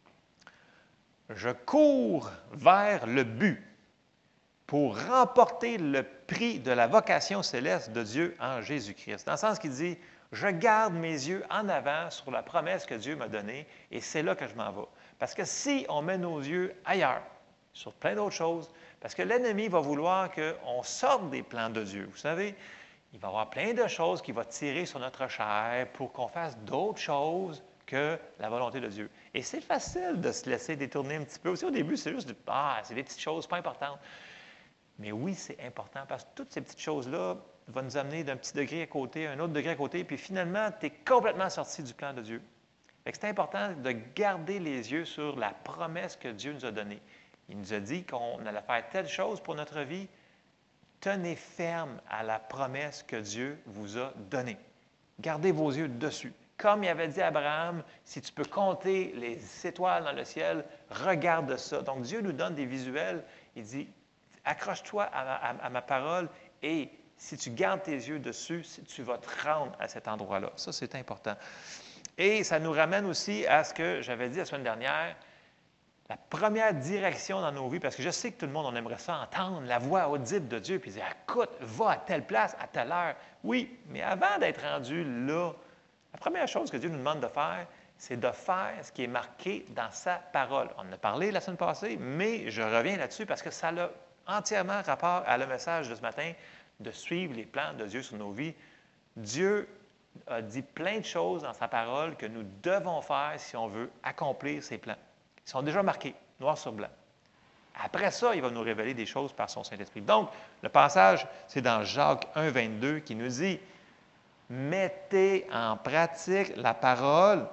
[SPEAKER 3] « Je cours vers le but pour remporter le prix de la vocation céleste de Dieu en Jésus-Christ. » Dans le sens qu'il dit « Je garde mes yeux en avant sur la promesse que Dieu m'a donnée et c'est là que je m'en vais. » Parce que si on met nos yeux ailleurs, sur plein d'autres choses, parce que l'ennemi va vouloir qu'on sorte des plans de Dieu. Vous savez, il va y avoir plein de choses qui vont tirer sur notre chair pour qu'on fasse d'autres choses que la volonté de Dieu. Et c'est facile de se laisser détourner un petit peu. Aussi, au début, c'est juste, ah, c'est des petites choses pas importantes. Mais oui, c'est important parce que toutes ces petites choses-là vont nous amener d'un petit degré à côté, un autre degré à côté, puis finalement, tu es complètement sorti du plan de Dieu. C'est important de garder les yeux sur la promesse que Dieu nous a donnée. Il nous a dit qu'on allait faire telle chose pour notre vie. Tenez ferme à la promesse que Dieu vous a donnée. Gardez vos yeux dessus. Comme il avait dit à Abraham, si tu peux compter les étoiles dans le ciel, regarde ça. Donc Dieu nous donne des visuels. Il dit, accroche-toi à ma, à, à ma parole et si tu gardes tes yeux dessus, tu vas te rendre à cet endroit-là. Ça, c'est important. Et ça nous ramène aussi à ce que j'avais dit la semaine dernière, la première direction dans nos vies, parce que je sais que tout le monde, on aimerait ça entendre la voix audible de Dieu, puis dire, écoute, va à telle place, à telle heure. Oui, mais avant d'être rendu là, la première chose que Dieu nous demande de faire, c'est de faire ce qui est marqué dans sa parole. On en a parlé la semaine passée, mais je reviens là-dessus parce que ça a entièrement rapport à le message de ce matin, de suivre les plans de Dieu sur nos vies. Dieu a dit plein de choses dans sa parole que nous devons faire si on veut accomplir ses plans. Ils sont déjà marqués, noir sur blanc. Après ça, il va nous révéler des choses par son Saint-Esprit. Donc, le passage, c'est dans Jacques un, vingt-deux, qui nous dit « Mettez en pratique la parole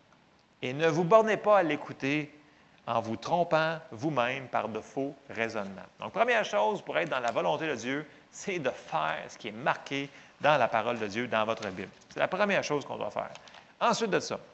[SPEAKER 3] et ne vous bornez pas à l'écouter en vous trompant vous-même par de faux raisonnements. » Donc, première chose pour être dans la volonté de Dieu, c'est de faire ce qui est marqué dans la parole de Dieu, dans votre Bible. C'est la première chose qu'on doit faire. Ensuite de ça,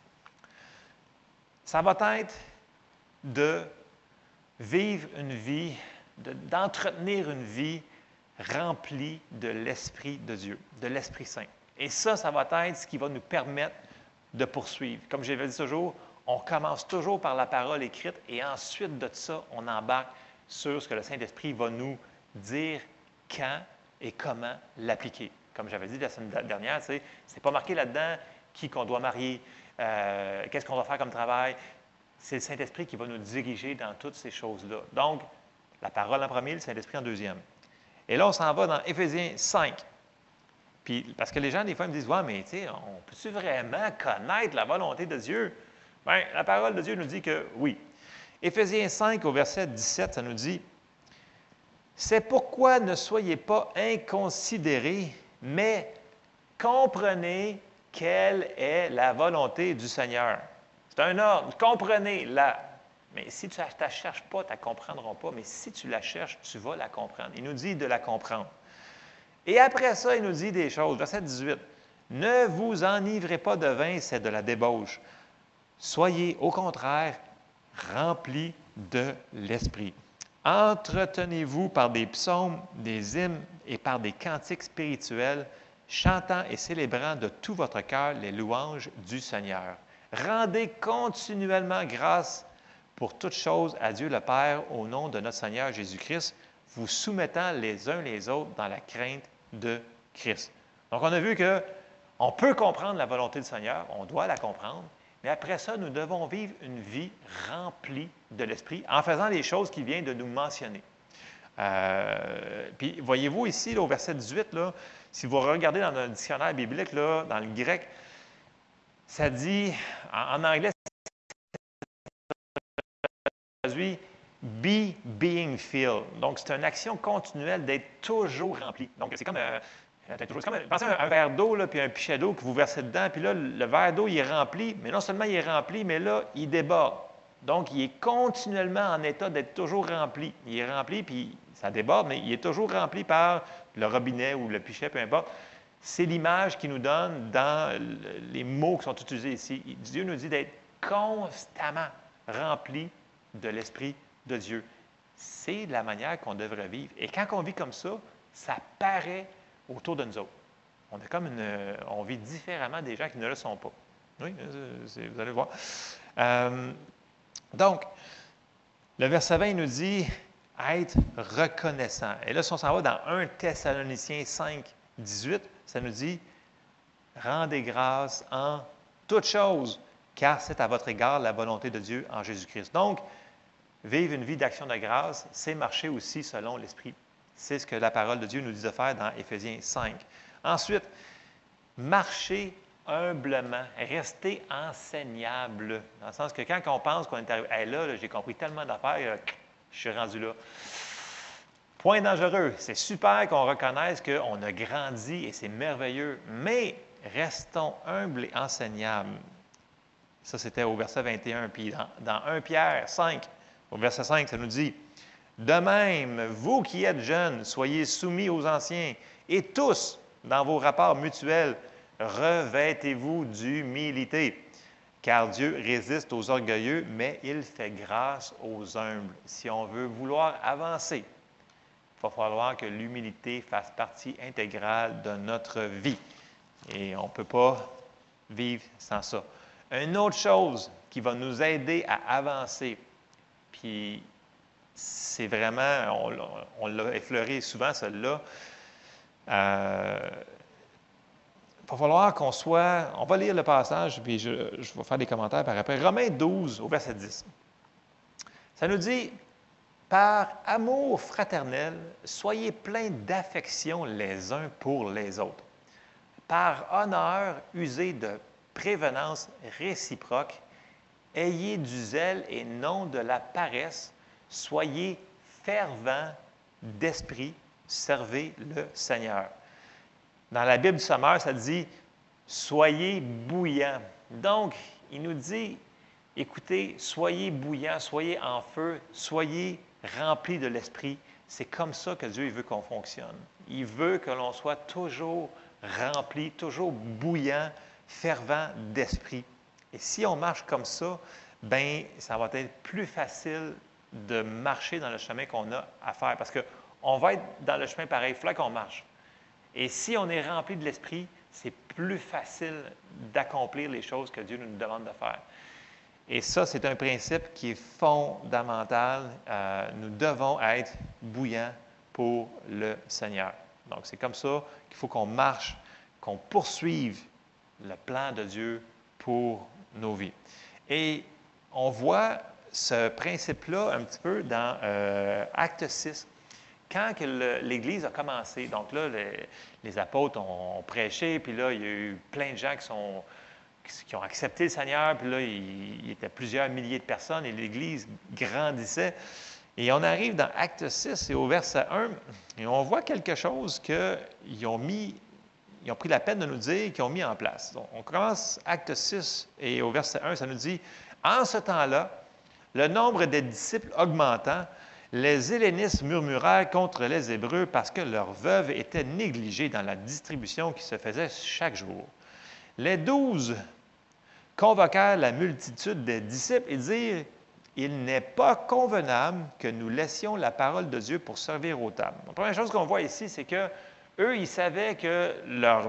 [SPEAKER 3] ça va être de vivre une vie, de, d'entretenir une vie remplie de l'Esprit de Dieu, de l'Esprit Saint. Et ça, ça va être ce qui va nous permettre de poursuivre. Comme j'avais dit toujours, on commence toujours par la parole écrite et ensuite de ça, on embarque sur ce que le Saint-Esprit va nous dire quand et comment l'appliquer. Comme j'avais dit la semaine dernière, ce n'est pas marqué là-dedans qui qu'on doit marier, euh, qu'est-ce qu'on va faire comme travail. C'est le Saint-Esprit qui va nous diriger dans toutes ces choses-là. Donc, la parole en premier, le Saint-Esprit en deuxième. Et là, on s'en va dans Éphésiens cinq. Puis, parce que les gens, des fois, me disent, « Ouais, mais tu sais, on peut-tu vraiment connaître la volonté de Dieu? » Bien, la parole de Dieu nous dit que oui. Éphésiens cinq, au verset dix-sept, ça nous dit, « C'est pourquoi ne soyez pas inconsidérés, mais comprenez quelle est la volonté du Seigneur. » C'est un ordre. Comprenez-la. Mais si tu ne la cherches pas, tu ne la comprendras pas. Mais si tu la cherches, tu vas la comprendre. Il nous dit de la comprendre. Et après ça, il nous dit des choses. Verset dix-huit. « Ne vous enivrez pas de vin, c'est de la débauche. Soyez, au contraire, remplis de l'Esprit. Entretenez-vous par des psaumes, des hymnes et par des cantiques spirituels, chantant et célébrant de tout votre cœur les louanges du Seigneur. Rendez continuellement grâce pour toutes choses à Dieu le Père au nom de notre Seigneur Jésus-Christ, vous soumettant les uns les autres dans la crainte de Christ. » Donc, on a vu qu'on peut comprendre la volonté du Seigneur, on doit la comprendre, mais après ça, nous devons vivre une vie remplie de l'Esprit en faisant les choses qu'il vient de nous mentionner. Euh, puis, voyez-vous ici, là, au verset dix-huit, là, si vous regardez dans le dictionnaire biblique, là, dans le grec, ça dit, en, en anglais, being filled. Donc, c'est une action continuelle d'être toujours rempli. Donc, c'est comme, euh, c'est toujours, c'est comme pensez à un, un verre d'eau, là, puis un pichet d'eau que vous versez dedans, puis là, le verre d'eau, il est rempli, mais non seulement il est rempli, mais là, il déborde. Donc, il est continuellement en état d'être toujours rempli. Il est rempli, puis ça déborde, mais il est toujours rempli par le robinet ou le pichet, peu importe. C'est l'image qu'il nous donne dans les mots qui sont utilisés ici. Dieu nous dit d'être constamment rempli de l'Esprit de Dieu. C'est la manière qu'on devrait vivre. Et quand on vit comme ça, ça paraît autour de nous autres. On est comme une, on vit différemment des gens qui ne le sont pas. Oui, c'est, vous allez voir. Euh, donc, le verset vingt nous dit être reconnaissant. Et là, si on s'en va dans un Thessaloniciens cinq, dix-huit, ça nous dit rendez grâce en toutes choses, car c'est à votre égard la volonté de Dieu en Jésus-Christ. Donc, vivre une vie d'action de grâce, c'est marcher aussi selon l'Esprit. C'est ce que la parole de Dieu nous dit de faire dans Éphésiens cinq. Ensuite, marcher humblement, rester enseignable. Dans le sens que quand on pense qu'on est arrivé, hey, là, là j'ai compris tellement d'affaires, je suis rendu là. Point dangereux. C'est super qu'on reconnaisse qu'on a grandi et c'est merveilleux, mais restons humbles et enseignables. Ça, c'était au verset vingt et un. Puis dans, dans un Pierre cinq, au verset cinq, ça nous dit « De même, vous qui êtes jeunes, soyez soumis aux anciens, et tous, dans vos rapports mutuels, revêtez-vous d'humilité. Car Dieu résiste aux orgueilleux, mais il fait grâce aux humbles. » Si on veut vouloir avancer, il va falloir que l'humilité fasse partie intégrale de notre vie. Et on ne peut pas vivre sans ça. Une autre chose qui va nous aider à avancer, puis c'est vraiment, on, on l'a effleuré souvent, celle-là, euh, il va falloir qu'on soit, on va lire le passage, puis je, je vais faire des commentaires par après. Romains douze, au verset dix. Ça nous dit, « Par amour fraternel, soyez pleins d'affection les uns pour les autres. Par honneur, usez de prévenance réciproque, ayez du zèle et non de la paresse, soyez fervents d'esprit, servez le Seigneur. » Dans la Bible du Sommeur, ça dit « Soyez bouillants ». Donc, il nous dit, écoutez, soyez bouillants, soyez en feu, soyez remplis de l'Esprit. C'est comme ça que Dieu il veut qu'on fonctionne. Il veut que l'on soit toujours rempli, toujours bouillant, fervent d'esprit. Et si on marche comme ça, bien, ça va être plus facile de marcher dans le chemin qu'on a à faire. Parce qu'on va être dans le chemin pareil, il faut qu'on marche. Et si on est rempli de l'Esprit, c'est plus facile d'accomplir les choses que Dieu nous demande de faire. Et ça, c'est un principe qui est fondamental. Euh, nous devons être bouillants pour le Seigneur. Donc, c'est comme ça qu'il faut qu'on marche, qu'on poursuive le plan de Dieu pour nos vies. Et on voit ce principe-là un petit peu dans euh, Acte six. Quand que le, l'Église a commencé, donc là, les, les apôtres ont, ont prêché, puis là, il y a eu plein de gens qui, sont, qui, qui ont accepté le Seigneur, puis là, il, il y était plusieurs milliers de personnes et l'Église grandissait. Et on arrive dans Acte six et au verset un, et on voit quelque chose qu'ils ont mis, ils ont pris la peine de nous dire, qu'ils ont mis en place. Donc, on commence Acte six et au verset un, ça nous dit « En ce temps-là, le nombre des disciples augmentant, les Hellénistes murmurèrent contre les Hébreux parce que leurs veuves étaient négligées dans la distribution qui se faisait chaque jour. Les douze convoquèrent la multitude des disciples et dirent « Il n'est pas convenable que nous laissions la parole de Dieu pour servir aux tables. » La première chose qu'on voit ici, c'est qu'eux, ils savaient que leur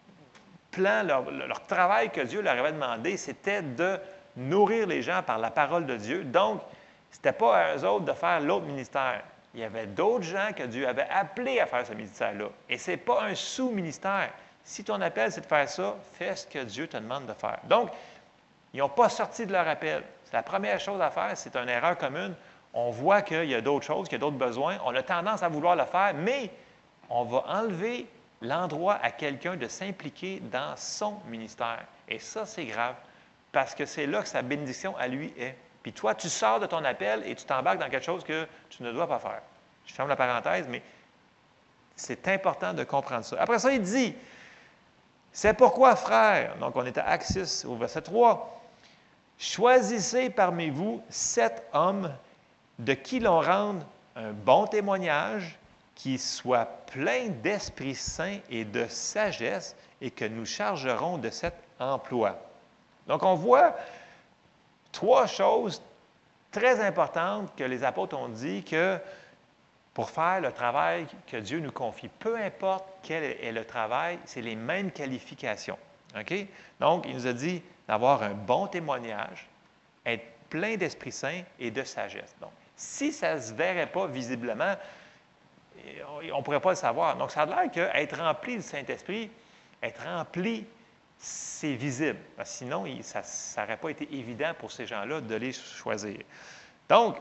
[SPEAKER 3] plan, leur, leur travail que Dieu leur avait demandé, c'était de nourrir les gens par la parole de Dieu. Donc, ce n'était pas à eux autres de faire l'autre ministère. Il y avait d'autres gens que Dieu avait appelés à faire ce ministère-là. Et ce n'est pas un sous-ministère. Si ton appel, c'est de faire ça, fais ce que Dieu te demande de faire. Donc, ils n'ont pas sorti de leur appel. C'est la première chose à faire, c'est une erreur commune. On voit qu'il y a d'autres choses, qu'il y a d'autres besoins. On a tendance à vouloir le faire, mais on va enlever l'endroit à quelqu'un de s'impliquer dans son ministère. Et ça, c'est grave, parce que c'est là que sa bénédiction à lui est. Puis toi, tu sors de ton appel et tu t'embarques dans quelque chose que tu ne dois pas faire. Je ferme la parenthèse, mais c'est important de comprendre ça. Après ça, il dit, c'est pourquoi, frères, donc on est à Acte six, au verset trois, choisissez parmi vous sept hommes de qui l'on rende un bon témoignage, qui soit plein d'Esprit Saint et de sagesse, et que nous chargerons de cet emploi. Donc, on voit trois choses très importantes que les apôtres ont dit que pour faire le travail que Dieu nous confie, peu importe quel est le travail, c'est les mêmes qualifications. OK? Donc, il nous a dit d'avoir un bon témoignage, être plein d'Esprit Saint et de sagesse. Donc, si ça ne se verrait pas visiblement, on ne pourrait pas le savoir. Donc, ça a l'air qu'être rempli du Saint-Esprit, être rempli, c'est visible. Parce que sinon, il, ça n'aurait pas été évident pour ces gens-là de les choisir. Donc,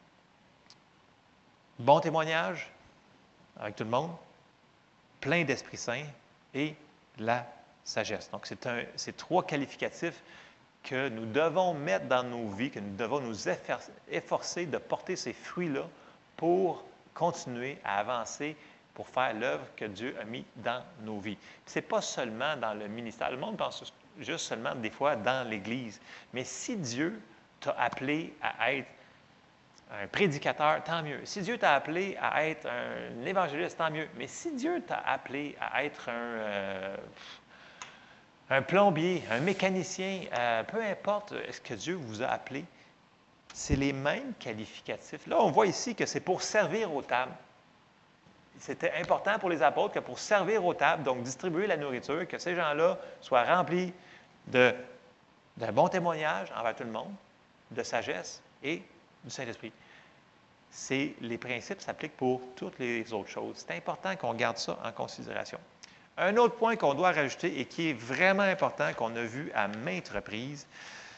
[SPEAKER 3] bon témoignage avec tout le monde, plein d'Esprit Saint et la sagesse. Donc, c'est, un, c'est trois qualificatifs que nous devons mettre dans nos vies, que nous devons nous efforcer de porter ces fruits-là pour continuer à avancer, pour faire l'œuvre que Dieu a mis dans nos vies. Ce n'est pas seulement dans le ministère. Le monde pense juste seulement des fois dans l'Église. Mais si Dieu t'a appelé à être un prédicateur, tant mieux. Si Dieu t'a appelé à être un évangéliste, tant mieux. Mais si Dieu t'a appelé à être un, euh, un plombier, un mécanicien, euh, peu importe ce que Dieu vous a appelé, c'est les mêmes qualificatifs. Là, on voit ici que c'est pour servir aux tables. C'était important pour les apôtres que pour servir aux tables, donc distribuer la nourriture, que ces gens-là soient remplis de, d'un bon témoignage envers tout le monde, de sagesse et du Saint-Esprit. C'est, les principes s'appliquent pour toutes les autres choses. C'est important qu'on garde ça en considération. Un autre point qu'on doit rajouter et qui est vraiment important, qu'on a vu à maintes reprises,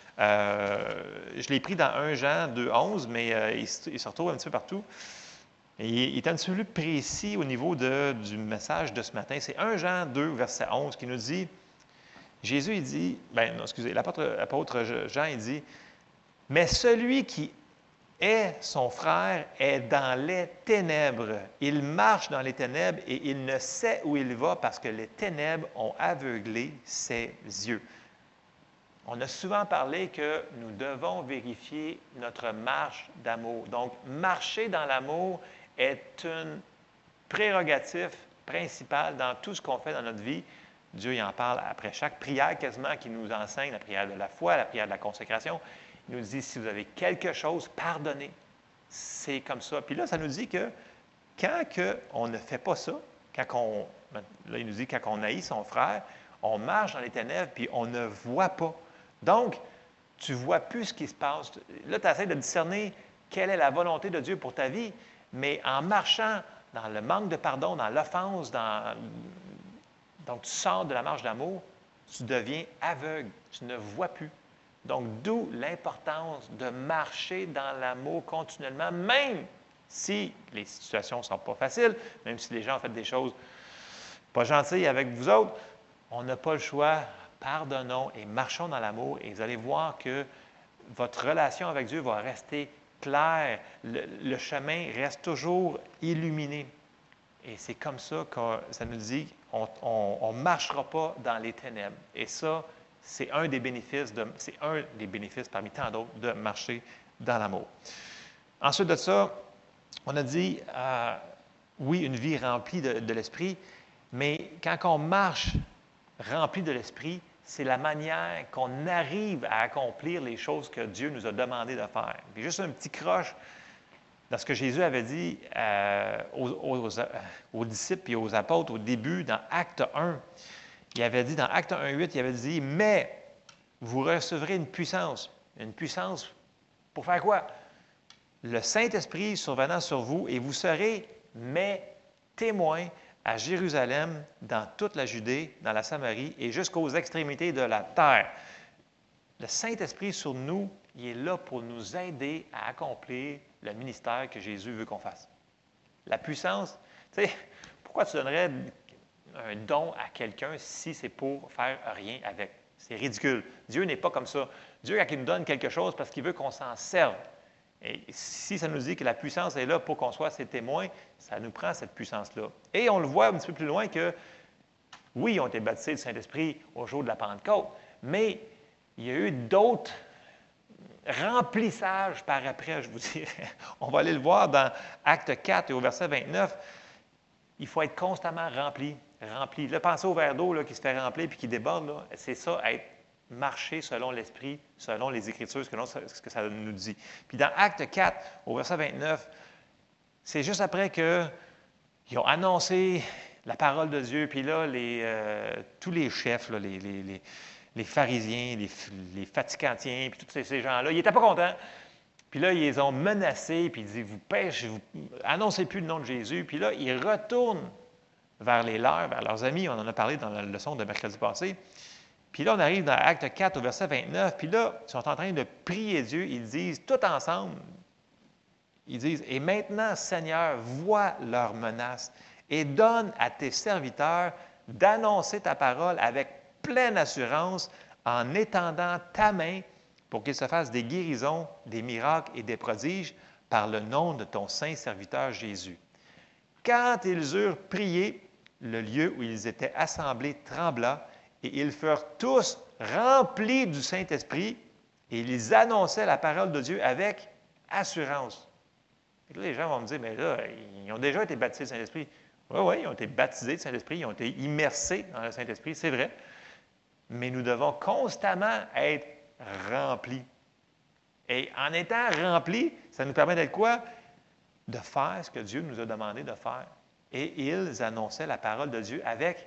[SPEAKER 3] euh, je l'ai pris dans un Jean deux onze, mais euh, il, il se retrouve un petit peu partout. Et il est un petit peu plus précis au niveau de, du message de ce matin. C'est un Jean deux, verset onze, qui nous dit, Jésus, il dit, ben non, excusez, l'apôtre, l'apôtre Jean, il dit, « Mais celui qui est son frère est dans les ténèbres. Il marche dans les ténèbres et il ne sait où il va parce que les ténèbres ont aveuglé ses yeux. » On a souvent parlé que nous devons vérifier notre marche d'amour. Donc, marcher dans l'amour est une prérogative principale dans tout ce qu'on fait dans notre vie. Dieu il en parle après chaque prière quasiment qui nous enseigne, la prière de la foi, la prière de la consécration. Il nous dit, si vous avez quelque chose, pardonnez. C'est comme ça. Puis là, ça nous dit que quand que on ne fait pas ça, quand on, là, il nous dit quand on haït son frère, on marche dans les ténèbres puis on ne voit pas. Donc, tu ne vois plus ce qui se passe. Là, tu essaies de discerner quelle est la volonté de Dieu pour ta vie, mais en marchant dans le manque de pardon, dans l'offense, dans... donc tu sors de la marche d'amour, tu deviens aveugle, tu ne vois plus. Donc, d'où l'importance de marcher dans l'amour continuellement, même si les situations ne sont pas faciles, même si les gens ont fait des choses pas gentilles avec vous autres, on n'a pas le choix. Pardonnons et marchons dans l'amour et vous allez voir que votre relation avec Dieu va rester claire. Le, le chemin reste toujours illuminé. Et c'est comme ça que ça nous dit qu'on ne marchera pas dans les ténèbres. Et ça, c'est un des bénéfices, de, c'est un des bénéfices parmi tant d'autres de marcher dans l'amour. Ensuite de ça, on a dit, euh, oui, une vie remplie de, de l'Esprit, mais quand on marche rempli de l'Esprit, c'est la manière qu'on arrive à accomplir les choses que Dieu nous a demandé de faire. Puis juste un petit croche dans ce que Jésus avait dit euh, aux, aux, aux disciples et aux apôtres au début, dans Acte un. Il avait dit, dans Acte un huit, il avait dit, « Mais vous recevrez une puissance. » Une puissance pour faire quoi? Le Saint-Esprit survenant sur vous, et vous serez mes témoins à Jérusalem, dans toute la Judée, dans la Samarie et jusqu'aux extrémités de la terre. Le Saint-Esprit sur nous, il est là pour nous aider à accomplir le ministère que Jésus veut qu'on fasse. La puissance, tu sais, pourquoi tu donnerais un don à quelqu'un si c'est pour faire rien avec? C'est ridicule. Dieu n'est pas comme ça. Dieu, quand il nous donne quelque chose, parce qu'il veut qu'on s'en serve. Et si ça nous dit que la puissance est là pour qu'on soit ses témoins, ça nous prend cette puissance-là. Et on le voit un petit peu plus loin que, oui, ils ont été baptisés du Saint-Esprit au jour de la Pentecôte, mais il y a eu d'autres remplissages par après, je vous dirais. On va aller le voir dans Acte quatre et au verset vingt-neuf. Il faut être constamment rempli, rempli. Là, pensez au verre d'eau là, qui se fait remplir puis qui déborde. C'est ça, être marcher selon l'Esprit, selon les Écritures, ce que, ce que ça nous dit. Puis dans Acte quatre, au verset vingt-neuf, c'est juste après qu'ils ont annoncé la parole de Dieu, puis là, les, euh, tous les chefs, là, les, les, les, les pharisiens, les, les faticantiens, puis tous ces, ces gens-là, ils n'étaient pas contents. Puis là, ils les ont menacés, puis ils disent, vous pêchez, vous annoncez plus le nom de Jésus. Puis là, ils retournent vers les leurs, vers leurs amis. On en a parlé dans la leçon de mercredi passé. Puis là, on arrive dans Acte quatre, au verset vingt-neuf. Puis là, ils sont en train de prier Dieu. Ils disent, tout ensemble, ils disent, « Et maintenant, Seigneur, vois leurs menaces et donne à tes serviteurs d'annoncer ta parole avec pleine assurance en étendant ta main pour qu'il se fasse des guérisons, des miracles et des prodiges par le nom de ton saint serviteur Jésus. » Quand ils eurent prié, le lieu où ils étaient assemblés trembla, et ils furent tous remplis du Saint-Esprit, et ils annonçaient la parole de Dieu avec assurance. Et là, les gens vont me dire, mais là, ils ont déjà été baptisés du Saint-Esprit. Oui, oui, ils ont été baptisés du Saint-Esprit, ils ont été immersés dans le Saint-Esprit, c'est vrai. Mais nous devons constamment être remplis. Et en étant remplis, ça nous permet d'être quoi? De faire ce que Dieu nous a demandé de faire. Et ils annonçaient la parole de Dieu avec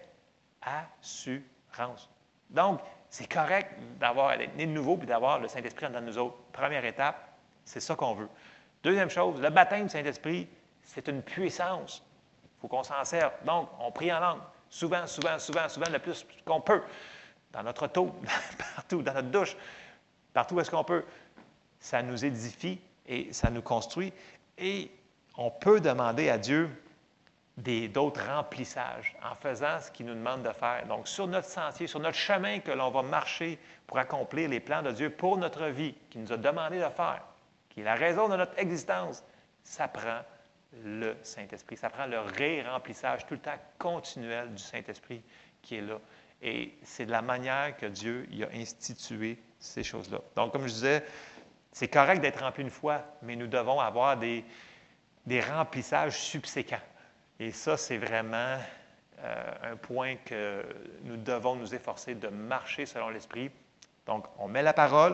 [SPEAKER 3] assurance. Donc, c'est correct d'avoir d'être né de nouveau et d'avoir le Saint-Esprit dans nous autres. Première étape, c'est ça qu'on veut. Deuxième chose, le baptême du Saint-Esprit, c'est une puissance. Il faut qu'on s'en serve. Donc, on prie en langue. Souvent, souvent, souvent, souvent, le plus qu'on peut. Dans notre auto, partout, dans notre douche, partout où est-ce qu'on peut. Ça nous édifie et ça nous construit. Et on peut demander à Dieu des, d'autres remplissages en faisant ce qu'il nous demande de faire. Donc, sur notre sentier, sur notre chemin que l'on va marcher pour accomplir les plans de Dieu pour notre vie, qu'il nous a demandé de faire, qui est la raison de notre existence, ça prend le Saint-Esprit. Ça prend le ré-remplissage tout le temps continuel du Saint-Esprit qui est là. Et c'est de la manière que Dieu il a institué ces choses-là. Donc, comme je disais, c'est correct d'être rempli une fois, mais nous devons avoir des, des remplissages subséquents. Et ça, c'est vraiment euh, un point que nous devons nous efforcer de marcher selon l'Esprit. Donc, on met la parole,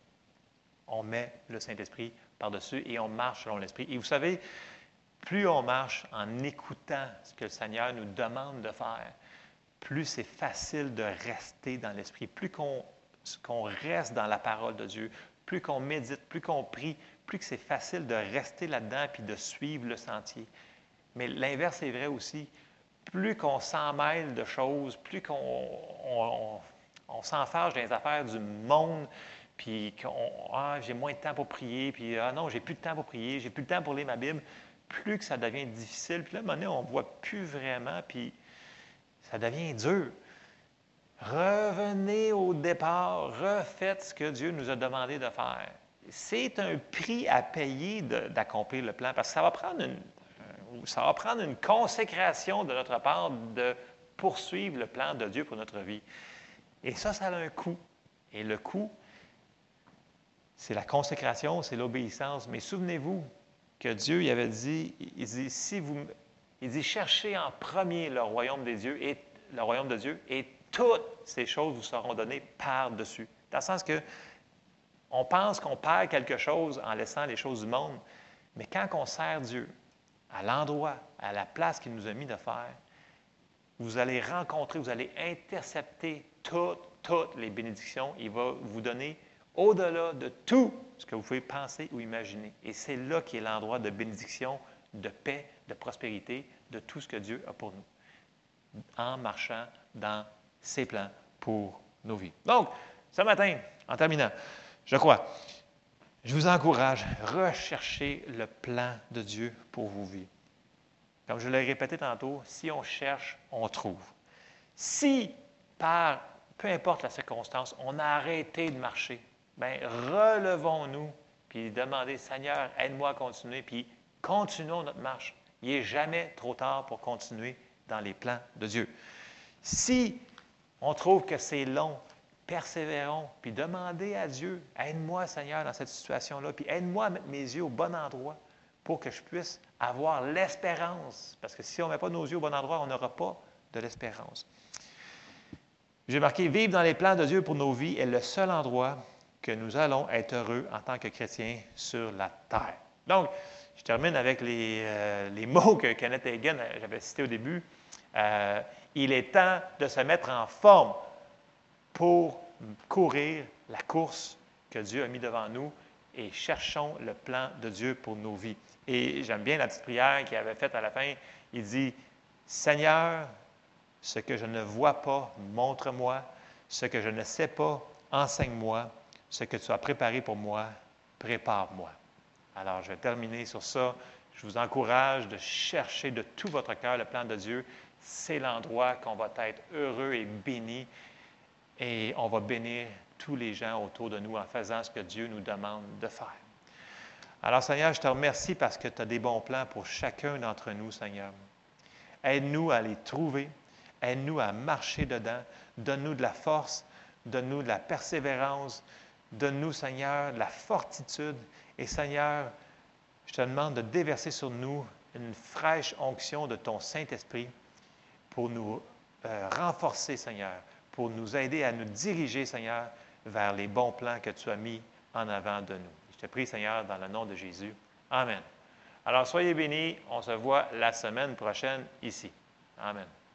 [SPEAKER 3] on met le Saint-Esprit par-dessus et on marche selon l'Esprit. Et vous savez, plus on marche en écoutant ce que le Seigneur nous demande de faire, plus c'est facile de rester dans l'Esprit. Plus qu'on, qu'on reste dans la parole de Dieu, plus qu'on médite, plus qu'on prie, plus que c'est facile de rester là-dedans puis de suivre le sentier. Mais l'inverse est vrai aussi. Plus qu'on s'en mêle de choses, plus qu'on on, on, on s'enfarge dans les affaires du monde, puis qu'on ah, j'ai moins de temps pour prier, puis ah non, j'ai plus de temps pour prier, j'ai plus de temps pour lire ma Bible, plus que ça devient difficile. Puis là, à un moment donné, on ne voit plus vraiment, puis ça devient dur. Revenez au départ, refaites ce que Dieu nous a demandé de faire. C'est un prix à payer de, d'accomplir le plan, parce que ça va prendre une, ça va prendre une consécration de notre part de poursuivre le plan de Dieu pour notre vie. Et ça, ça a un coût. Et le coût, c'est la consécration, c'est l'obéissance. Mais souvenez-vous que Dieu il avait dit, il dit, si vous, il dit, cherchez en premier le royaume des dieux et le royaume de Dieu, et toutes ces choses vous seront données par-dessus. Dans le sens que on pense qu'on perd quelque chose en laissant les choses du monde, mais quand on sert Dieu à l'endroit, à la place qu'il nous a mis de faire, vous allez rencontrer, vous allez intercepter toutes, toutes les bénédictions. Il va vous donner au-delà de tout ce que vous pouvez penser ou imaginer. Et c'est là qui est l'endroit de bénédiction, de paix, de prospérité, de tout ce que Dieu a pour nous, en marchant dans ses plans pour nos vies. Donc, ce matin, en terminant, je crois, je vous encourage, recherchez le plan de Dieu pour vos vies. Comme je l'ai répété tantôt, si on cherche, on trouve. Si par peu importe la circonstance, on a arrêté de marcher. Bien, relevons-nous, puis demandez, Seigneur, aide-moi à continuer, puis continuons notre marche. Il n'est jamais trop tard pour continuer dans les plans de Dieu. Si on trouve que c'est long, persévérons, puis demandez à Dieu, aide-moi, Seigneur, dans cette situation-là, puis aide-moi à mettre mes yeux au bon endroit pour que je puisse avoir l'espérance. Parce que si on ne met pas nos yeux au bon endroit, on n'aura pas de l'espérance. J'ai marqué, vivre dans les plans de Dieu pour nos vies est le seul endroit que nous allons être heureux en tant que chrétiens sur la terre. Donc, je termine avec les, euh, les mots que Kenneth Hagin, j'avais cités au début. Euh, il est temps de se mettre en forme pour courir la course que Dieu a mis devant nous et cherchons le plan de Dieu pour nos vies. Et j'aime bien la petite prière qu'il avait faite à la fin. Il dit, « Seigneur, ce que je ne vois pas, montre-moi. Ce que je ne sais pas, enseigne-moi. Ce que tu as préparé pour moi, prépare-moi. » Alors, je vais terminer sur ça. Je vous encourage de chercher de tout votre cœur le plan de Dieu. C'est l'endroit qu'on va être heureux et béni. Et on va bénir tous les gens autour de nous en faisant ce que Dieu nous demande de faire. Alors, Seigneur, je te remercie parce que tu as des bons plans pour chacun d'entre nous, Seigneur. Aide-nous à les trouver. Aide-nous à marcher dedans. Donne-nous de la force. Donne-nous de la persévérance. Donne-nous, Seigneur, de la fortitude. Et, Seigneur, je te demande de déverser sur nous une fraîche onction de ton Saint-Esprit pour nous euh, renforcer, Seigneur, pour nous aider à nous diriger, Seigneur, vers les bons plans que tu as mis en avant de nous. Je te prie, Seigneur, dans le nom de Jésus. Amen. Alors, soyez bénis. On se voit la semaine prochaine ici. Amen.